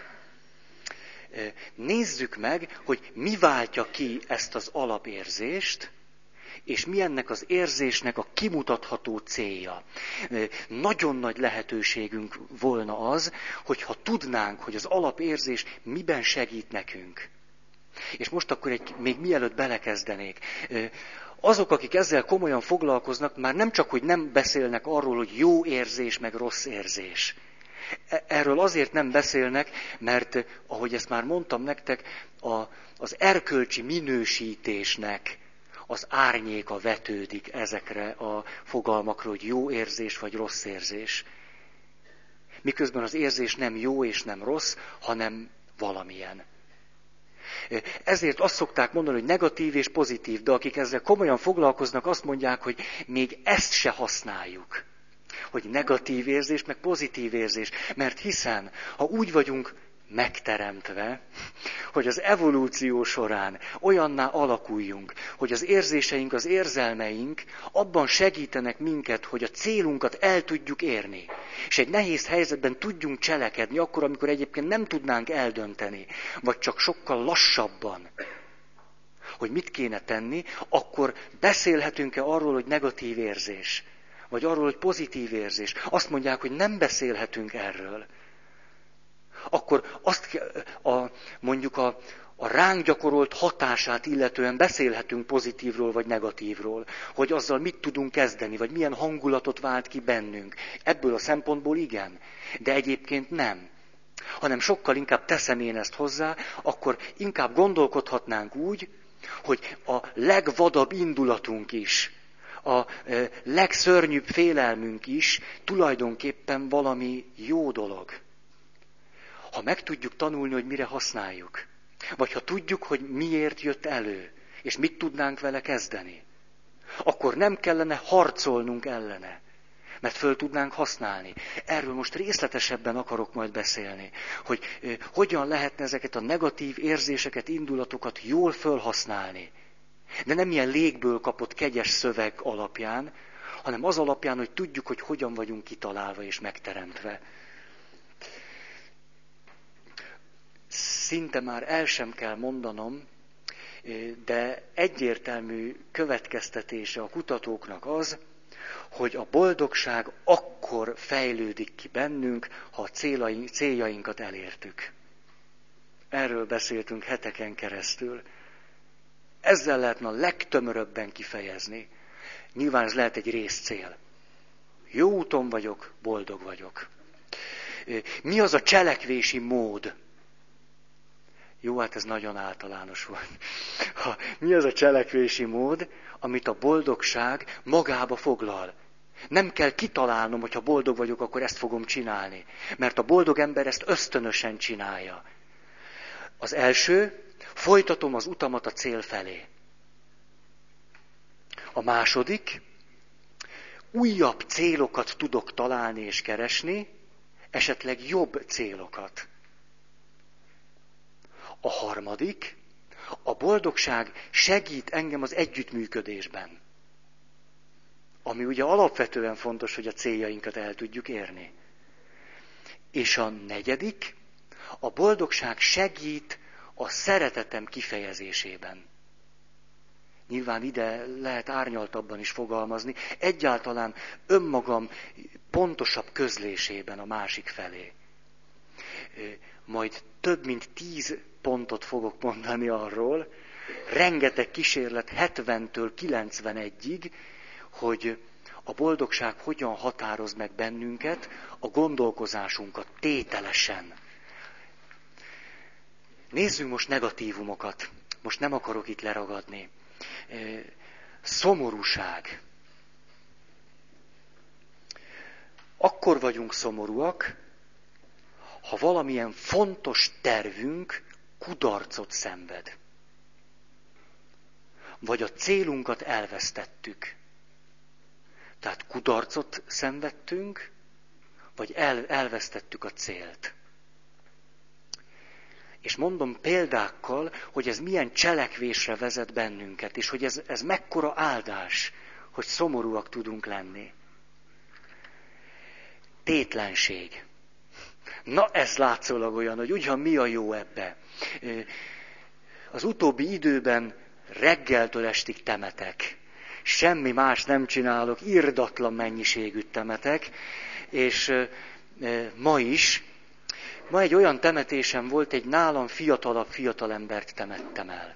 Speaker 1: Nézzük meg, hogy mi váltja ki ezt az alapérzést, és mi ennek az érzésnek a kimutatható célja. Nagyon nagy lehetőségünk volna az, hogyha tudnánk, hogy az alapérzés miben segít nekünk. És most akkor még mielőtt belekezdenék, azok, akik ezzel komolyan foglalkoznak, már nem csak, hogy nem beszélnek arról, hogy jó érzés, meg rossz érzés. Erről azért nem beszélnek, mert, ahogy ezt már mondtam nektek, az erkölcsi minősítésnek az árnyéka vetődik ezekre a fogalmakra, hogy jó érzés vagy rossz érzés. Miközben az érzés nem jó és nem rossz, hanem valamilyen. Ezért azt szokták mondani, hogy negatív és pozitív, de akik ezzel komolyan foglalkoznak, azt mondják, hogy még ezt se használjuk. Hogy negatív érzés, meg pozitív érzés. Mert hiszen, ha úgy vagyunk megteremtve, hogy az evolúció során olyanná alakuljunk, hogy az érzéseink, az érzelmeink abban segítenek minket, hogy a célunkat el tudjuk érni. És egy nehéz helyzetben tudjunk cselekedni, akkor, amikor egyébként nem tudnánk eldönteni, vagy csak sokkal lassabban, hogy mit kéne tenni, akkor beszélhetünk-e arról, hogy negatív érzés, vagy arról, hogy pozitív érzés. Azt mondják, hogy nem beszélhetünk erről. Akkor azt mondjuk a ránk gyakorolt hatását illetően beszélhetünk pozitívról vagy negatívról, hogy azzal mit tudunk kezdeni, vagy milyen hangulatot vált ki bennünk. Ebből a szempontból igen, de egyébként nem. Hanem sokkal inkább teszem én ezt hozzá, akkor inkább gondolkodhatnánk úgy, hogy a legvadabb indulatunk is, a legszörnyűbb félelmünk is tulajdonképpen valami jó dolog. Ha meg tudjuk tanulni, hogy mire használjuk, vagy ha tudjuk, hogy miért jött elő, és mit tudnánk vele kezdeni, akkor nem kellene harcolnunk ellene, mert föl tudnánk használni. Erről most részletesebben akarok majd beszélni, hogy hogyan lehetne ezeket a negatív érzéseket, indulatokat jól fölhasználni. De nem ilyen légből kapott kegyes szöveg alapján, hanem az alapján, hogy tudjuk, hogy hogyan vagyunk kitalálva és megteremtve. Szinte már el sem kell mondanom, de egyértelmű következtetése a kutatóknak az, hogy a boldogság akkor fejlődik ki bennünk, ha a céljainkat elértük. Erről beszéltünk heteken keresztül. Ezzel lehetne a legtömöröbben kifejezni. Nyilván ez lehet egy részcél. Jó úton vagyok, boldog vagyok. Mi az a cselekvési mód? Jó, hát ez nagyon általános volt. Mi az a cselekvési mód, amit a boldogság magába foglal? Nem kell kitalálnom, hogy ha boldog vagyok, akkor ezt fogom csinálni. Mert a boldog ember ezt ösztönösen csinálja. Az első, folytatom az utamat a cél felé. A második, újabb célokat tudok találni és keresni, esetleg jobb célokat. A harmadik, a boldogság segít engem az együttműködésben. Ami ugye alapvetően fontos, hogy a céljainkat el tudjuk érni. És a negyedik, a boldogság segít a szeretetem kifejezésében. Nyilván ide lehet árnyaltabban is fogalmazni, egyáltalán önmagam pontosabb közlésében a másik felé. Majd több mint 10 pontot fogok mondani arról, rengeteg kísérlet 70-től 91-ig, hogy a boldogság hogyan határoz meg bennünket, a gondolkozásunkat tételesen. Nézzünk most negatívumokat. Most nem akarok itt leragadni. Szomorúság. Akkor vagyunk szomorúak, ha valamilyen fontos tervünk kudarcot szenved. Vagy a célunkat elvesztettük. Tehát kudarcot szenvedtünk, vagy elvesztettük a célt. És mondom példákkal, hogy ez milyen cselekvésre vezet bennünket, és hogy ez mekkora áldás, hogy szomorúak tudunk lenni. Tétlenség. Na ez látszólag olyan, hogy ugyan mi a jó ebbe. Az utóbbi időben reggeltől estig temetek. Semmi más nem csinálok, irdatlan mennyiségű temetek, és ma is. Ma egy olyan temetésem volt, egy nálam fiatalabb fiatalembert temettem el.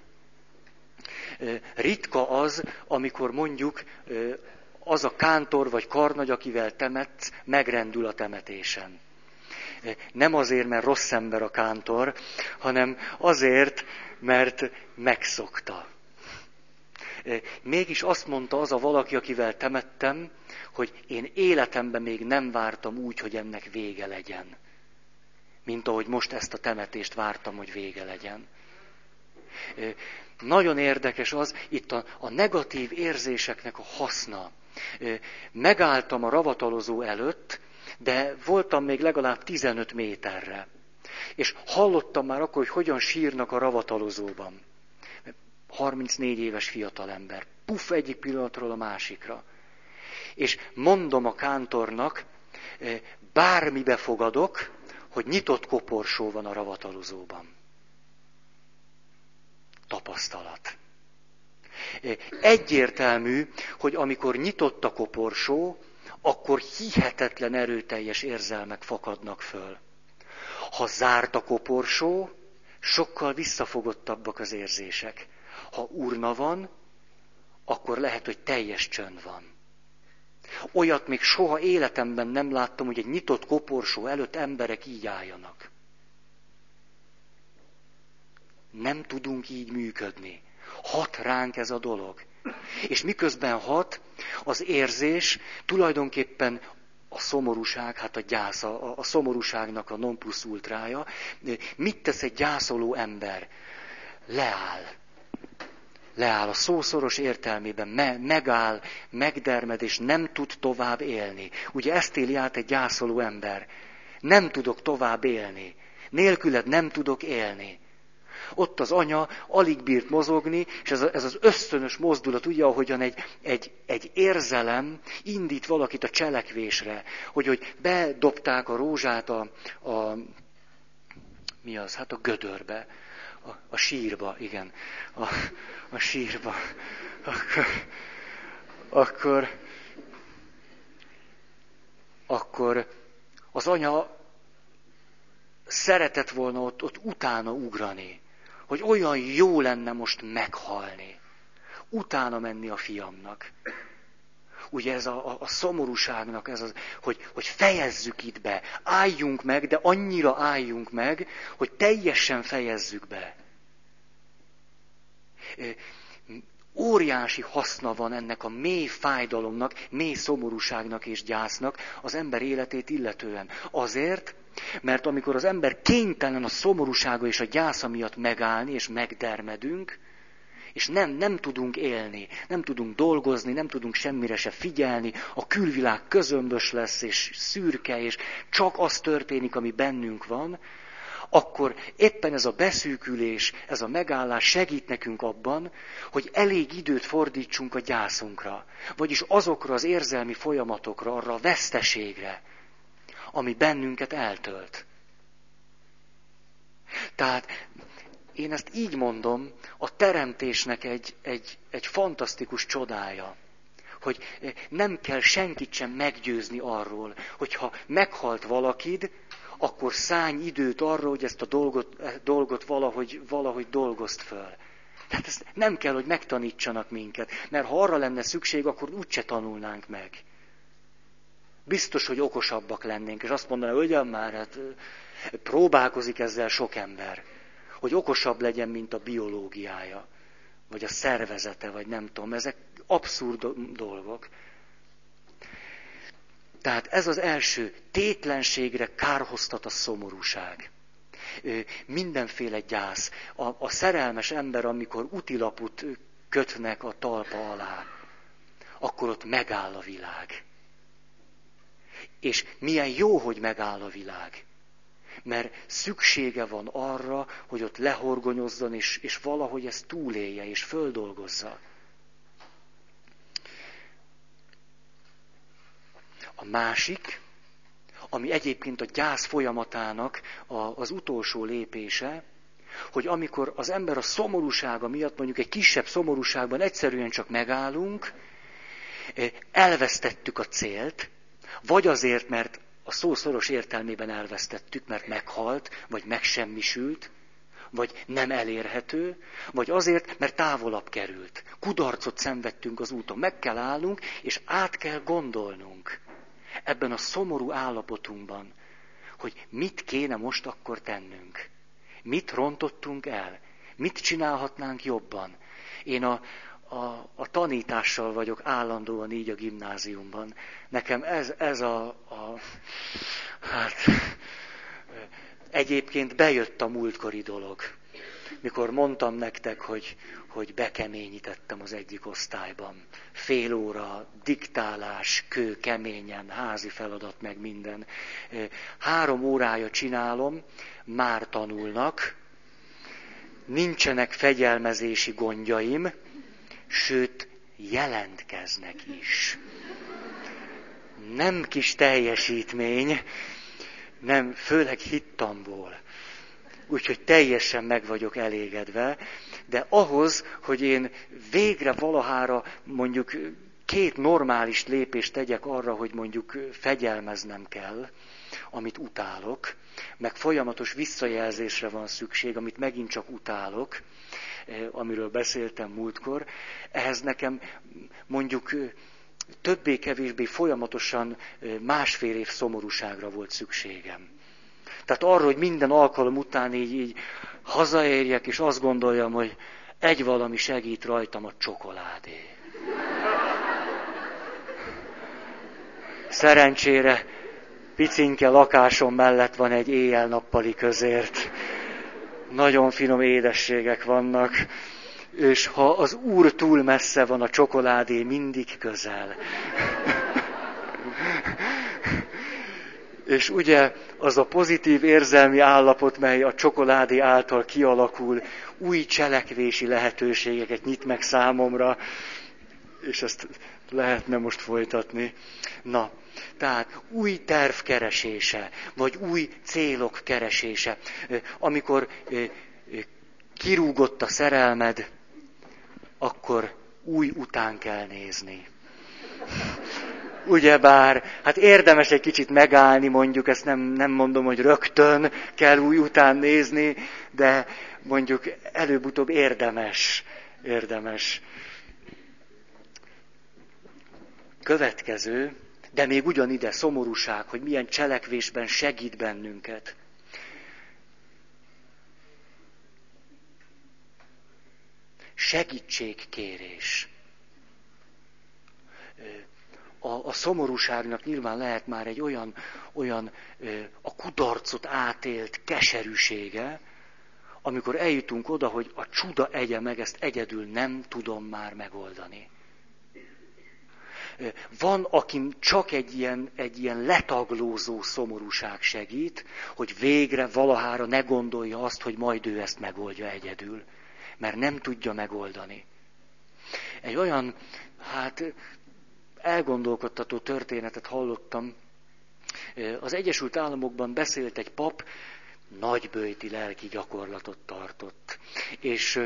Speaker 1: Ritka az, amikor mondjuk az a kántor vagy karnagy, akivel temetsz, megrendül a temetésen. Nem azért, mert rossz ember a kántor, hanem azért, mert megszokta. Mégis azt mondta az a valaki, akivel temettem, hogy én életemben még nem vártam úgy, hogy ennek vége legyen. Mint ahogy most ezt a temetést vártam, hogy vége legyen. Nagyon érdekes az, itt a negatív érzéseknek a haszna. Megálltam a ravatalozó előtt, de voltam még legalább 15 méterre. És hallottam már akkor, hogy hogyan sírnak a ravatalozóban. 34 éves fiatalember. Puff, egyik pillanatról a másikra. És mondom a kántornak, bármibe fogadok, hogy nyitott koporsó van a ravatalozóban. Tapasztalat. Egyértelmű, hogy amikor nyitott a koporsó, akkor hihetetlen erőteljes érzelmek fakadnak föl. Ha zárt a koporsó, sokkal visszafogottabbak az érzések. Ha urna van, akkor lehet, hogy teljes csönd van. Olyat még soha életemben nem láttam, hogy egy nyitott koporsó előtt emberek így álljanak. Nem tudunk így működni. Hat ránk ez a dolog. És miközben hat, az érzés tulajdonképpen a szomorúság, hát a gyász, a szomorúságnak a non plus ultrája. Mit tesz egy gyászoló ember? Leáll a szószoros értelmében, megáll, megdermed, és nem tud tovább élni. Ugye ezt éli át egy gyászoló ember. Nem tudok tovább élni. Nélküled nem tudok élni. Ott az anya alig bírt mozogni, és ez az ösztönös mozdulat, ugye, ahogyan egy érzelem indít valakit a cselekvésre, hogy bedobták a rózsát mi az? Hát a gödörbe, a sírba, igen, a sírba. Akkor az anya szeretett volna ott utána ugrani, hogy olyan jó lenne most meghalni, utána menni a fiamnak. Ugye ez a szomorúságnak, ez az, hogy fejezzük itt be, álljunk meg, de annyira álljunk meg, hogy teljesen fejezzük be. Óriási haszna van ennek a mély fájdalomnak, mély szomorúságnak és gyásznak az ember életét illetően. Azért, mert amikor az ember kénytelen a szomorúsága és a gyásza miatt megállni, és megdermedünk, és nem tudunk élni, nem tudunk dolgozni, nem tudunk semmire se figyelni, a külvilág közömbös lesz, és szürke, és csak az történik, ami bennünk van, akkor éppen ez a beszűkülés, ez a megállás segít nekünk abban, hogy elég időt fordítsunk a gyászunkra, vagyis azokra az érzelmi folyamatokra, arra a veszteségre, ami bennünket eltölt. Tehát én ezt így mondom, a teremtésnek egy fantasztikus csodája, hogy nem kell senkit sem meggyőzni arról, hogyha meghalt valakid, akkor szállj időt arra, hogy ezt a dolgot valahogy dolgozd föl. Tehát ezt nem kell, hogy megtanítsanak minket, mert ha arra lenne szükség, akkor úgyse tanulnánk meg. Biztos, hogy okosabbak lennénk, és azt mondaná, hogy ugyan már, hát próbálkozik ezzel sok ember, hogy okosabb legyen, mint a biológiája, vagy a szervezete, vagy nem tudom, ezek abszurd dolgok. Tehát ez az első, tétlenségre kárhoztat a szomorúság. Mindenféle gyász. A szerelmes ember, amikor utilaput kötnek a talpa alá, akkor ott megáll a világ. És milyen jó, hogy megáll a világ. Mert szüksége van arra, hogy ott lehorgonyozzon, és valahogy ezt túlélje, és földolgozza. A másik, ami egyébként a gyász folyamatának az utolsó lépése, hogy amikor az ember a szomorúsága miatt, mondjuk egy kisebb szomorúságban egyszerűen csak megállunk, elvesztettük a célt, vagy azért, mert a szó szoros értelmében elvesztettük, mert meghalt, vagy megsemmisült, vagy nem elérhető, vagy azért, mert távolabb került. Kudarcot szenvedtünk az úton. Meg kell állnunk, és át kell gondolnunk ebben a szomorú állapotunkban, hogy mit kéne most akkor tennünk. Mit rontottunk el? Mit csinálhatnánk jobban? Én a tanítással vagyok állandóan így a gimnáziumban. Nekem ez hát egyébként bejött a múltkori dolog. Mikor mondtam nektek, hogy bekeményítettem az egyik osztályban. Fél óra, diktálás, kő, keményen, házi feladat, meg minden. 3 órája csinálom, már tanulnak, nincsenek fegyelmezési gondjaim, sőt, jelentkeznek is. Nem kis teljesítmény, nem, főleg hittamból. Úgyhogy teljesen meg vagyok elégedve, de ahhoz, hogy én végre valahára mondjuk 2 normális lépést tegyek arra, hogy mondjuk fegyelmeznem kell, amit utálok, meg folyamatos visszajelzésre van szükség, amit megint csak utálok, amiről beszéltem múltkor, ehhez nekem mondjuk többé-kevésbé folyamatosan 1,5 év szomorúságra volt szükségem. Tehát arra, hogy minden alkalom után így hazaérjek, és azt gondoljam, hogy egy valami segít rajtam, a csokoládé. Szerencsére picinke lakásom mellett van egy éjjel-nappali közért. Nagyon finom édességek vannak, és ha az Úr túl messze van, a csokoládé mindig közel. És ugye az a pozitív érzelmi állapot, mely a csokoládé által kialakul, új cselekvési lehetőségeket nyit meg számomra, és ezt lehetne most folytatni. Na, tehát új terv keresése, vagy új célok keresése. Amikor kirúgott a szerelmed, akkor új után kell nézni. Ugyebár, hát érdemes egy kicsit megállni, mondjuk, ezt nem mondom, hogy rögtön kell új után nézni, de mondjuk előbb-utóbb érdemes. Következő, de még ugyanide szomorúság, hogy milyen cselekvésben segít bennünket. Segítségkérés. A szomorúságnak nyilván lehet már egy olyan a kudarcot átélt keserűsége, amikor eljutunk oda, hogy a csuda egye meg, ezt egyedül nem tudom már megoldani. Van, akin csak egy ilyen letaglózó szomorúság segít, hogy végre valahára ne gondolja azt, hogy majd ő ezt megoldja egyedül, mert nem tudja megoldani. Egy olyan, elgondolkodtató történetet hallottam. Az Egyesült Államokban beszélt egy pap, nagyböjti lelki gyakorlatot tartott. És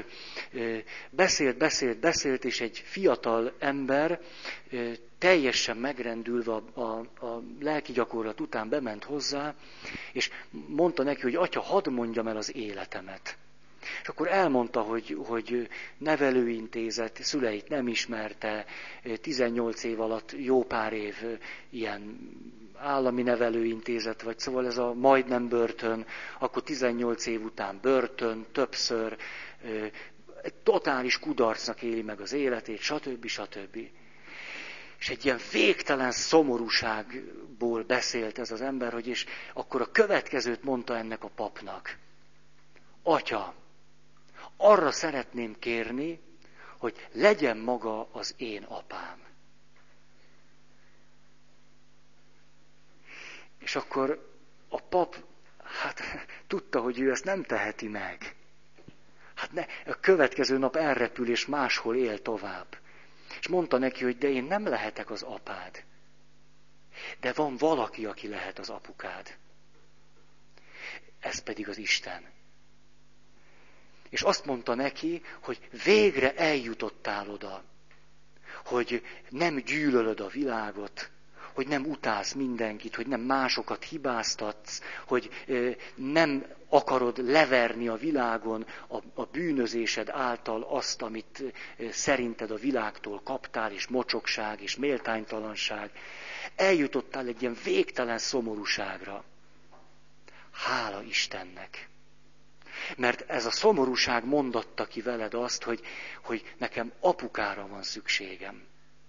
Speaker 1: beszélt, és egy fiatal ember teljesen megrendülve a lelki gyakorlat után bement hozzá, és mondta neki, hogy atya, hadd mondjam el az életemet. És akkor elmondta, hogy nevelőintézet, szüleit nem ismerte, 18 év alatt jó pár év ilyen állami nevelőintézet, vagy szóval ez a majdnem börtön, akkor 18 év után börtön, többször, totális kudarcnak éli meg az életét, stb. És egy ilyen végtelen szomorúságból beszélt ez az ember, hogy és akkor a következőt mondta ennek a papnak. Atya, arra szeretném kérni, hogy legyen maga az én apám. És akkor a pap, tudta, hogy ő ezt nem teheti meg. A következő nap elrepül, és máshol él tovább. És mondta neki, hogy de én nem lehetek az apád. De van valaki, aki lehet az apukád. Ez pedig az Isten. És azt mondta neki, hogy végre eljutottál oda, hogy nem gyűlölöd a világot, hogy nem utálsz mindenkit, hogy nem másokat hibáztatsz, hogy nem akarod leverni a világon a bűnözésed által azt, amit szerinted a világtól kaptál, és mocsokság, és méltánytalanság. Eljutottál egy ilyen végtelen szomorúságra. Hála Istennek. Mert ez a szomorúság mondatta ki veled azt, hogy nekem apukára van szükségem.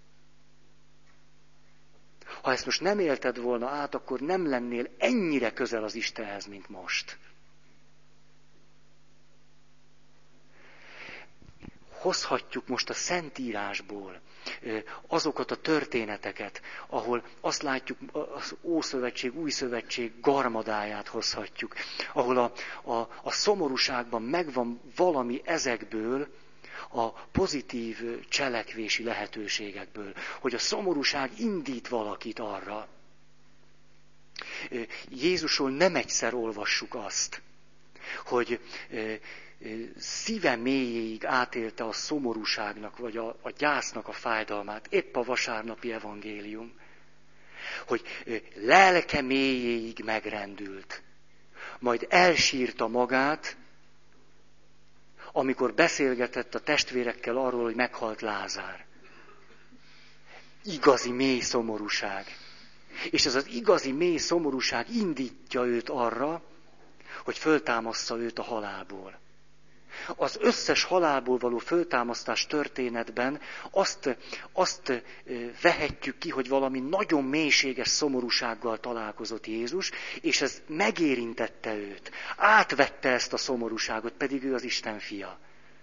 Speaker 1: Ha ezt most nem élted volna át, akkor nem lennél ennyire közel az Istenhez, mint most. Hozhatjuk most a Szentírásból azokat a történeteket, ahol azt látjuk, az Ószövetség, Új Szövetség garmadáját hozhatjuk, ahol a szomorúságban megvan valami ezekből, a pozitív cselekvési lehetőségekből, hogy a szomorúság indít valakit arra. Jézusról nem egyszer olvassuk azt, hogy szíve mélyéig átélte a szomorúságnak, vagy a gyásznak a fájdalmát, épp a vasárnapi evangélium, hogy lelke mélyéig megrendült, majd elsírta magát, amikor beszélgetett a testvérekkel arról, hogy meghalt Lázár. Igazi mély szomorúság. És ez az igazi mély szomorúság indítja őt arra, hogy föltámassza őt a halálból. Az összes halálból való föltámasztás történetben azt vehetjük ki, hogy valami nagyon mélységes szomorúsággal találkozott Jézus, és ez megérintette őt. Átvette ezt a szomorúságot, pedig ő az Isten fia.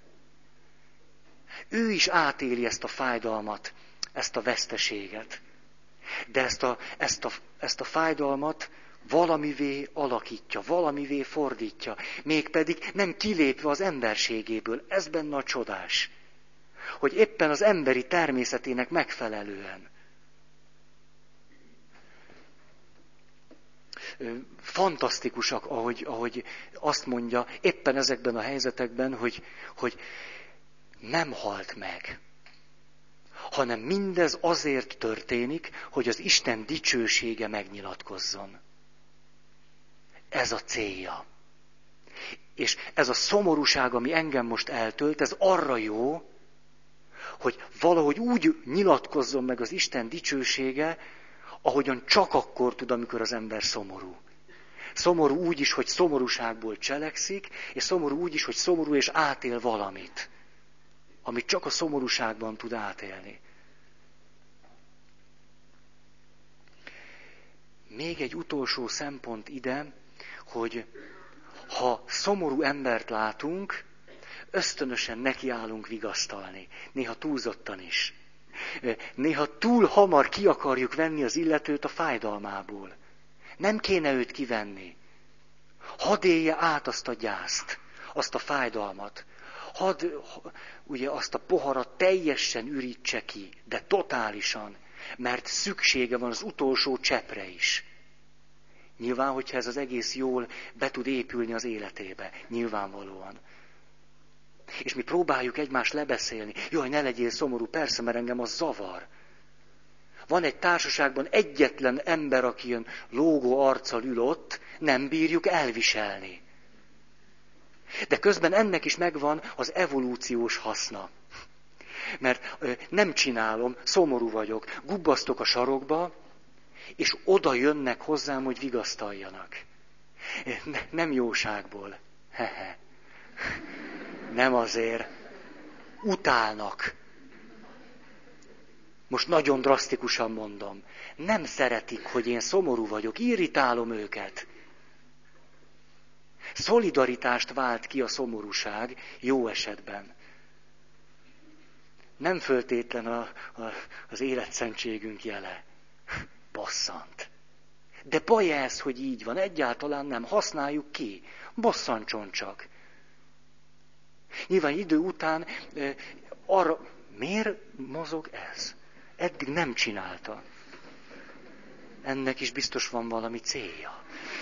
Speaker 1: Ő is átéli ezt a fájdalmat, ezt a veszteséget. De ezt a fájdalmat valamivé alakítja, valamivé fordítja, mégpedig nem kilépve az emberségéből. Ez benne a csodás, hogy éppen az emberi természetének megfelelően. Fantasztikusak, ahogy azt mondja, éppen ezekben a helyzetekben, hogy nem halt meg, hanem mindez azért történik, hogy az Isten dicsősége megnyilatkozzon. Ez a célja. És ez a szomorúság, ami engem most eltölt, ez arra jó, hogy valahogy úgy nyilatkozzon meg az Isten dicsősége, ahogyan csak akkor tud, amikor az ember szomorú. Szomorú úgy is, hogy szomorúságból cselekszik, és szomorú úgy is, hogy szomorú és átél valamit, amit csak a szomorúságban tud átélni. Még egy utolsó szempont ide, hogy ha szomorú embert látunk, ösztönösen nekiállunk vigasztalni. Néha túlzottan is. Néha túl hamar ki akarjuk venni az illetőt a fájdalmából. Nem kéne őt kivenni. Hadd élje át azt a gyászt, azt a fájdalmat. Ugye azt a poharat teljesen ürítse ki, de totálisan, mert szüksége van az utolsó cseppre is. Nyilván, hogyha ez az egész jól be tud épülni az életébe, nyilvánvalóan. És mi próbáljuk egymást lebeszélni. Jaj, ne legyél szomorú, persze, mert engem az zavar. Van egy társaságban egyetlen ember, aki ilyen lógó arccal ül ott, nem bírjuk elviselni. De közben ennek is megvan az evolúciós haszna. Mert nem csinálom, szomorú vagyok, gubbasztok a sarokba, és oda jönnek hozzám, hogy vigasztaljanak. Nem jóságból. Hehe. Nem azért. Utálnak. Most nagyon drasztikusan mondom. Nem szeretik, hogy én szomorú vagyok, irritálom őket. Szolidaritást vált ki a szomorúság jó esetben. Nem föltétlen az életszentségünk jele. Bosszant. De baj ez, hogy így van, egyáltalán nem. Használjuk ki. Bosszantson csak. Nyilván idő után arra, miért mozog ez? Eddig nem csinálta. Ennek is biztos van valami célja.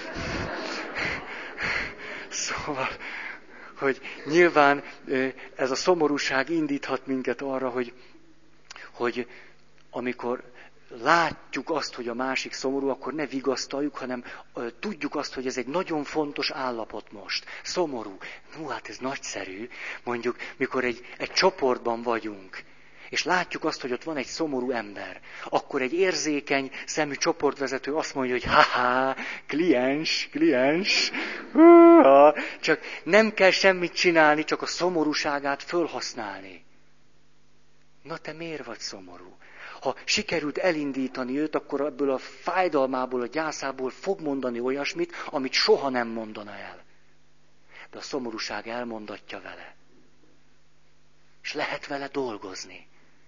Speaker 1: Szóval, hogy nyilván ez a szomorúság indíthat minket arra, hogy amikor látjuk azt, hogy a másik szomorú, akkor ne vigasztaljuk, hanem tudjuk azt, hogy ez egy nagyon fontos állapot most. Szomorú. Hát ez nagyszerű. Mondjuk, mikor egy csoportban vagyunk, és látjuk azt, hogy ott van egy szomorú ember, akkor egy érzékeny szemű csoportvezető azt mondja, hogy ha-ha, kliens, húha, csak nem kell semmit csinálni, csak a szomorúságát fölhasználni. Na te miért vagy szomorú? Ha sikerült elindítani őt, akkor ebből a fájdalmából, a gyászából fog mondani olyasmit, amit soha nem mondana el. De a szomorúság elmondatja vele. És lehet vele dolgozni.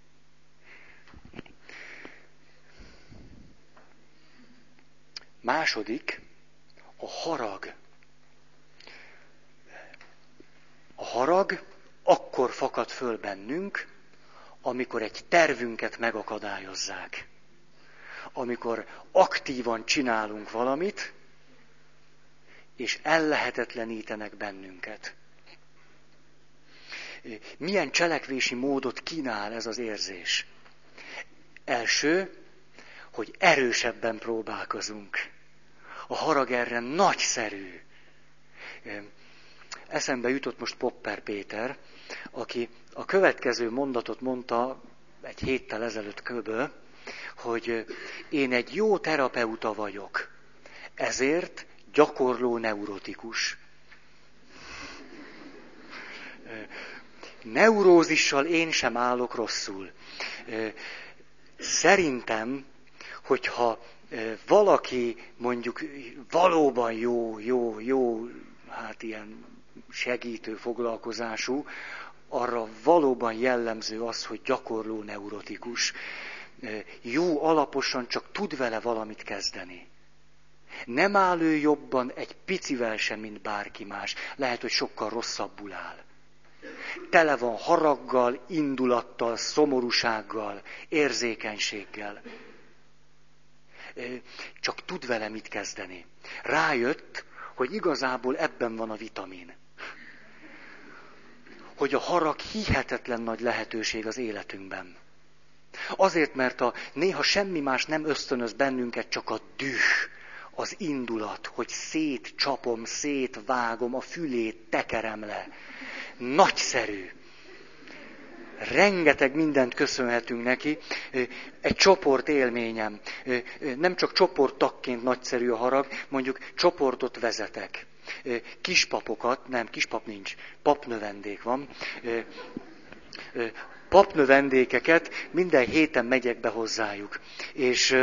Speaker 1: Második, a harag. A harag akkor fakad föl bennünk, amikor egy tervünket megakadályozzák. Amikor aktívan csinálunk valamit, és ellehetetlenítenek bennünket. Milyen cselekvési módot kínál ez az érzés? Első, hogy erősebben próbálkozunk. A harag erre nagyszerű. Eszembe jutott most Popper Péter, aki a következő mondatot mondta egy héttel ezelőtt kb., hogy én egy jó terapeuta vagyok, ezért gyakorló neurotikus. Neurózissal én sem állok rosszul. Szerintem, hogyha valaki mondjuk valóban jó, hát ilyen segítő foglalkozású, arra valóban jellemző az, hogy gyakorló neurotikus. Jó alaposan, csak tud vele valamit kezdeni. Nem áll ő jobban egy picivel sem, mint bárki más. Lehet, hogy sokkal rosszabbul áll. Tele van haraggal, indulattal, szomorúsággal, érzékenységgel. Csak tud vele mit kezdeni. Rájött, hogy igazából ebben van a vitamin. Hogy a harag hihetetlen nagy lehetőség az életünkben. Azért, mert néha semmi más nem ösztönöz bennünket, csak a düh, az indulat, hogy szétcsapom, szétvágom, a fülét tekerem le. Nagyszerű. Rengeteg mindent köszönhetünk neki. Egy csoport élményem. Nem csak csoporttagként nagyszerű a harag, mondjuk csoportot vezetek. Kispapokat, nem, kispap nincs, papnövendék van. Papnövendékeket minden héten megyek be hozzájuk. És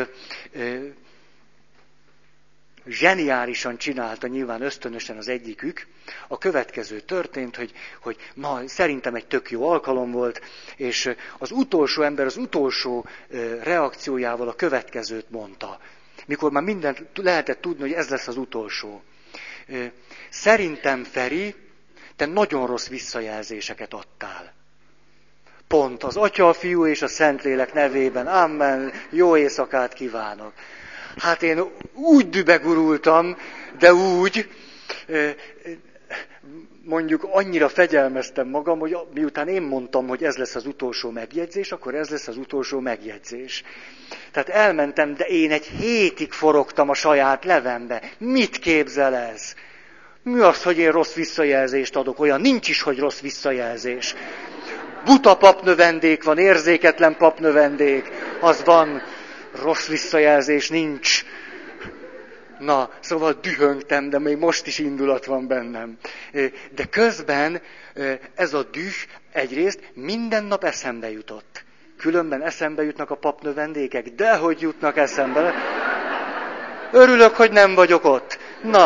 Speaker 1: zseniálisan csinálta nyilván ösztönösen az egyikük. A következő történt, hogy na, szerintem egy tök jó alkalom volt, és az utolsó ember az utolsó reakciójával a következőt mondta. Mikor már mindent lehetett tudni, hogy ez lesz az utolsó. Szerintem, Feri, te nagyon rossz visszajelzéseket adtál. Pont az Atya, a Fiú és a Szentlélek nevében. Amen. Jó éjszakát kívánok. Hát én úgy dübegurultam, de úgy, mondjuk annyira fegyelmeztem magam, hogy miután én mondtam, hogy ez lesz az utolsó megjegyzés, akkor ez lesz az utolsó megjegyzés. Tehát elmentem, de én egy hétig forogtam a saját levembe. Mit képzel ez? Mi az, hogy én rossz visszajelzést adok? Olyan nincs is, hogy rossz visszajelzés. Buta papnövendék van, érzéketlen papnövendék, az van, rossz visszajelzés nincs. Na, szóval dühöngtem, de még most is indulat van bennem. De közben ez a düh egyrészt minden nap eszembe jutott. Különben eszembe jutnak a papnövendékek, dehogy jutnak eszembe. Örülök, hogy nem vagyok ott.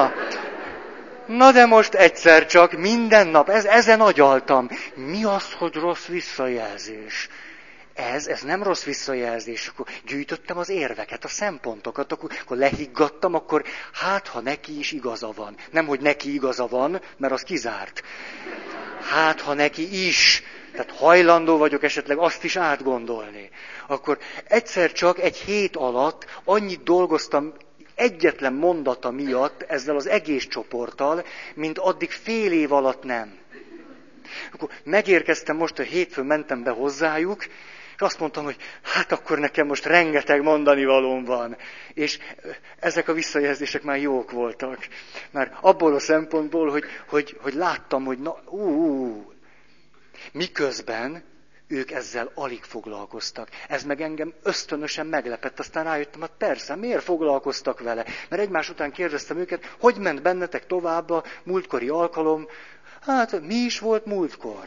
Speaker 1: Na de most egyszer csak, minden nap, ezen agyaltam. Mi az, hogy rossz visszajelzés? Ez nem rossz visszajelzés. Akkor gyűjtöttem az érveket, a szempontokat, akkor lehiggadtam, akkor hát, ha neki is igaza van. Nem, hogy neki igaza van, mert az kizárt. Hát, ha neki is, tehát hajlandó vagyok esetleg azt is átgondolni. Akkor egyszer csak egy hét alatt annyit dolgoztam egyetlen mondata miatt ezzel az egész csoporttal, mint addig fél év alatt nem. Akkor megérkeztem most, a hétfőn mentem be hozzájuk, és azt mondtam, hogy hát akkor nekem most rengeteg mondani valóm van. És ezek a visszajelzések már jók voltak. Már abból a szempontból, hogy láttam, hogy miközben Ők ezzel alig foglalkoztak. Ez meg engem ösztönösen meglepett, aztán rájöttem, hát persze, miért foglalkoztak vele? Mert egymás után kérdeztem őket, hogy ment bennetek tovább a múltkori alkalom? Hát mi is volt múltkor?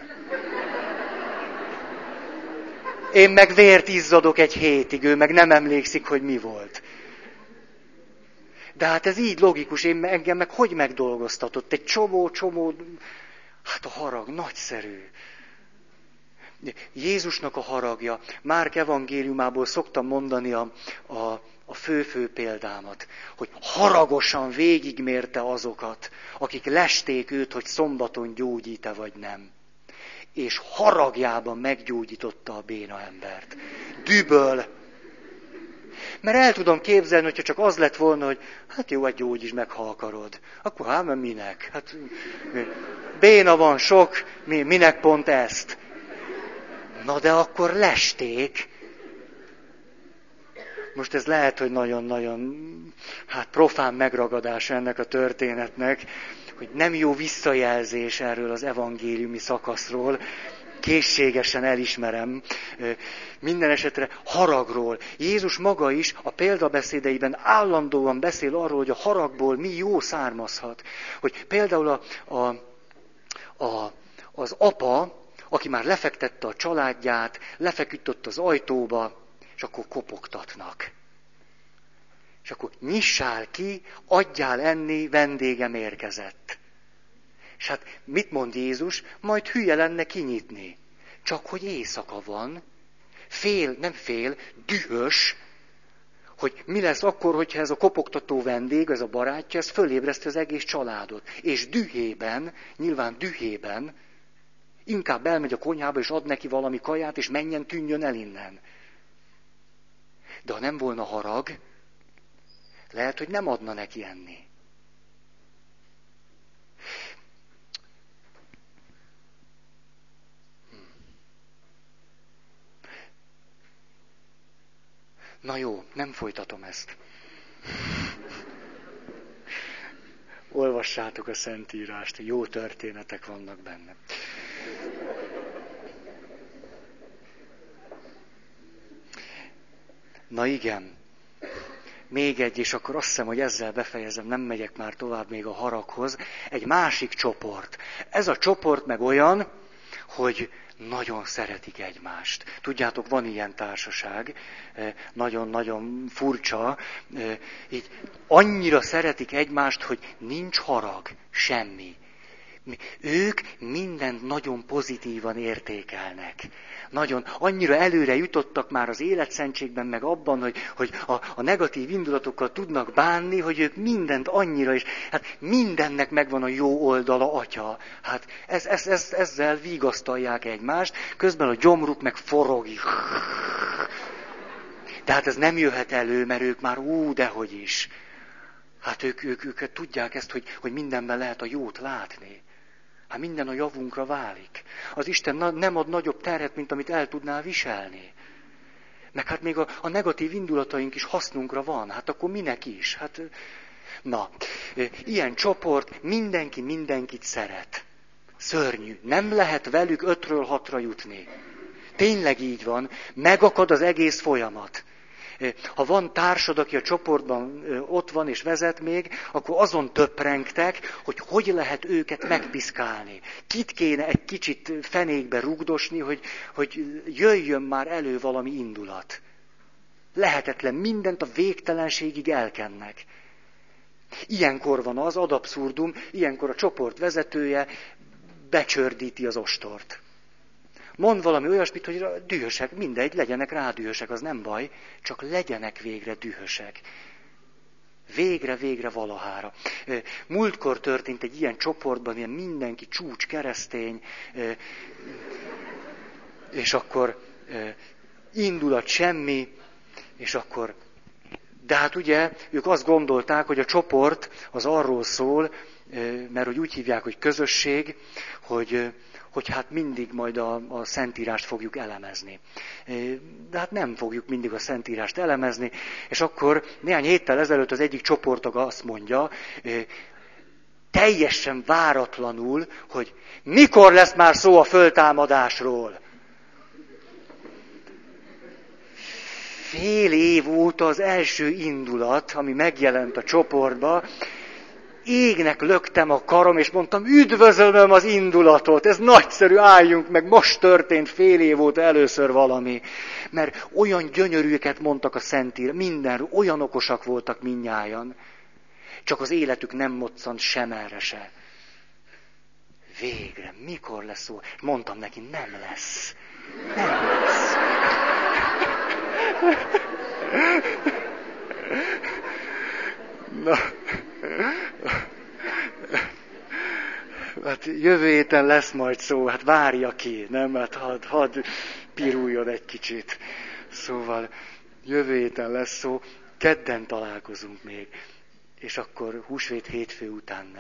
Speaker 1: Én meg vért izzadok egy hétig, ő meg nem emlékszik, hogy mi volt. De hát ez így logikus, engem meg hogy megdolgoztatott? Egy csomó, hát a harag nagyszerű. Jézusnak a haragja. Márk evangéliumából szoktam mondani a fő példámat, hogy haragosan végigmérte azokat, akik lesték őt, hogy szombaton gyógyít-e vagy nem. És haragjában meggyógyította a béna embert. Düböl. Mert el tudom képzelni, hogyha csak az lett volna, hogy hát jó, egy gyógyíts meg, ha akarod. Akkor hát, mert minek? Hát béna van sok, minek pont ezt? Na de akkor lesték. Most ez lehet, hogy nagyon-nagyon profán megragadás ennek a történetnek, hogy nem jó visszajelzés erről az evangéliumi szakaszról, készségesen elismerem, minden esetre haragról. Jézus maga is a példabeszédeiben állandóan beszél arról, hogy a haragból mi jó származhat. Hogy például az apa, aki már lefektette a családját, lefeküdt ott az ajtóba, és akkor kopogtatnak. És akkor nyissál ki, adjál enni, vendégem érkezett. És hát mit mond Jézus? Majd hülye lenne kinyitni. Csak hogy éjszaka van, dühös, hogy mi lesz akkor, hogyha ez a kopogtató vendég, ez a barátja, ez fölébreszti az egész családot. És nyilván dühében, inkább elmegy a konyhába, és ad neki valami kaját, és menjen, tűnjön el innen. De ha nem volna harag, lehet, hogy nem adna neki enni. Na jó, nem folytatom ezt. Olvassátok a Szentírást, jó történetek vannak benne. Na igen, még egy, és akkor azt hiszem, hogy ezzel befejezem, nem megyek már tovább még a haraghoz. Egy másik csoport. Ez a csoport meg olyan, hogy nagyon szeretik egymást. Tudjátok, van ilyen társaság, nagyon-nagyon furcsa, így annyira szeretik egymást, hogy nincs harag, semmi. Ők mindent nagyon pozitívan értékelnek. Annyira előre jutottak már az életszentségben, meg abban, hogy a negatív indulatokkal tudnak bánni, hogy ők mindent annyira is, hát mindennek megvan a jó oldala, atya. Hát ezzel vigasztalják egymást, közben a gyomruk meg forog. De hát ez nem jöhet elő, mert ők már dehogy is. Hát ők tudják ezt, hogy mindenben lehet a jót látni. Hát minden a javunkra válik. Az Isten nem ad nagyobb terhet, mint amit el tudnál viselni. Meg hát még a negatív indulataink is hasznunkra van. Hát akkor minek is? Hát, ilyen csoport, mindenki mindenkit szeret. Szörnyű. Nem lehet velük 5-ről 6-ra jutni. Tényleg így van. Megakad az egész folyamat. Ha van társad, aki a csoportban ott van és vezet még, akkor azon töprengtek, hogy lehet őket megpiszkálni. Kit kéne egy kicsit fenékbe rugdosni, hogy jöjjön már elő valami indulat. Lehetetlen, mindent a végtelenségig elkennek. Ilyenkor van az ad abszurdum, ilyenkor a csoport vezetője becsördíti az ostort. Mond valami olyasmit, hogy dühösek, mindegy, legyenek rá dühösek, az nem baj, csak legyenek végre dühösek. Végre valahára. Múltkor történt egy ilyen csoportban, ilyen mindenki csúcs keresztény, és akkor indulat semmi, és akkor... De hát ugye, ők azt gondolták, hogy a csoport az arról szól, mert hogy úgy hívják, hogy közösség, hogy hát mindig majd a Szentírást fogjuk elemezni. De hát nem fogjuk mindig a Szentírást elemezni, és akkor néhány héttel ezelőtt az egyik csoporttag azt mondja, teljesen váratlanul, hogy mikor lesz már szó a föltámadásról. fél év óta az első indulat, ami megjelent a csoportba, égnek löktem a karom, és mondtam, üdvözölöm az indulatot, ez nagyszerű, álljunk meg, most történt fél év óta először valami. Mert olyan gyönyörűeket mondtak a Szentírásban, mindenről, olyan okosak voltak mindnyájan. Csak az életük nem moccant sem erre se. Végre, mikor lesz szó? Mondtam neki, nem lesz. Nem lesz. Na, hát jövő héten lesz majd szó, hát várja ki, nem? Hát hadd piruljon egy kicsit. Szóval jövő héten lesz szó, kedden találkozunk még, és akkor húsvét hétfő után nem.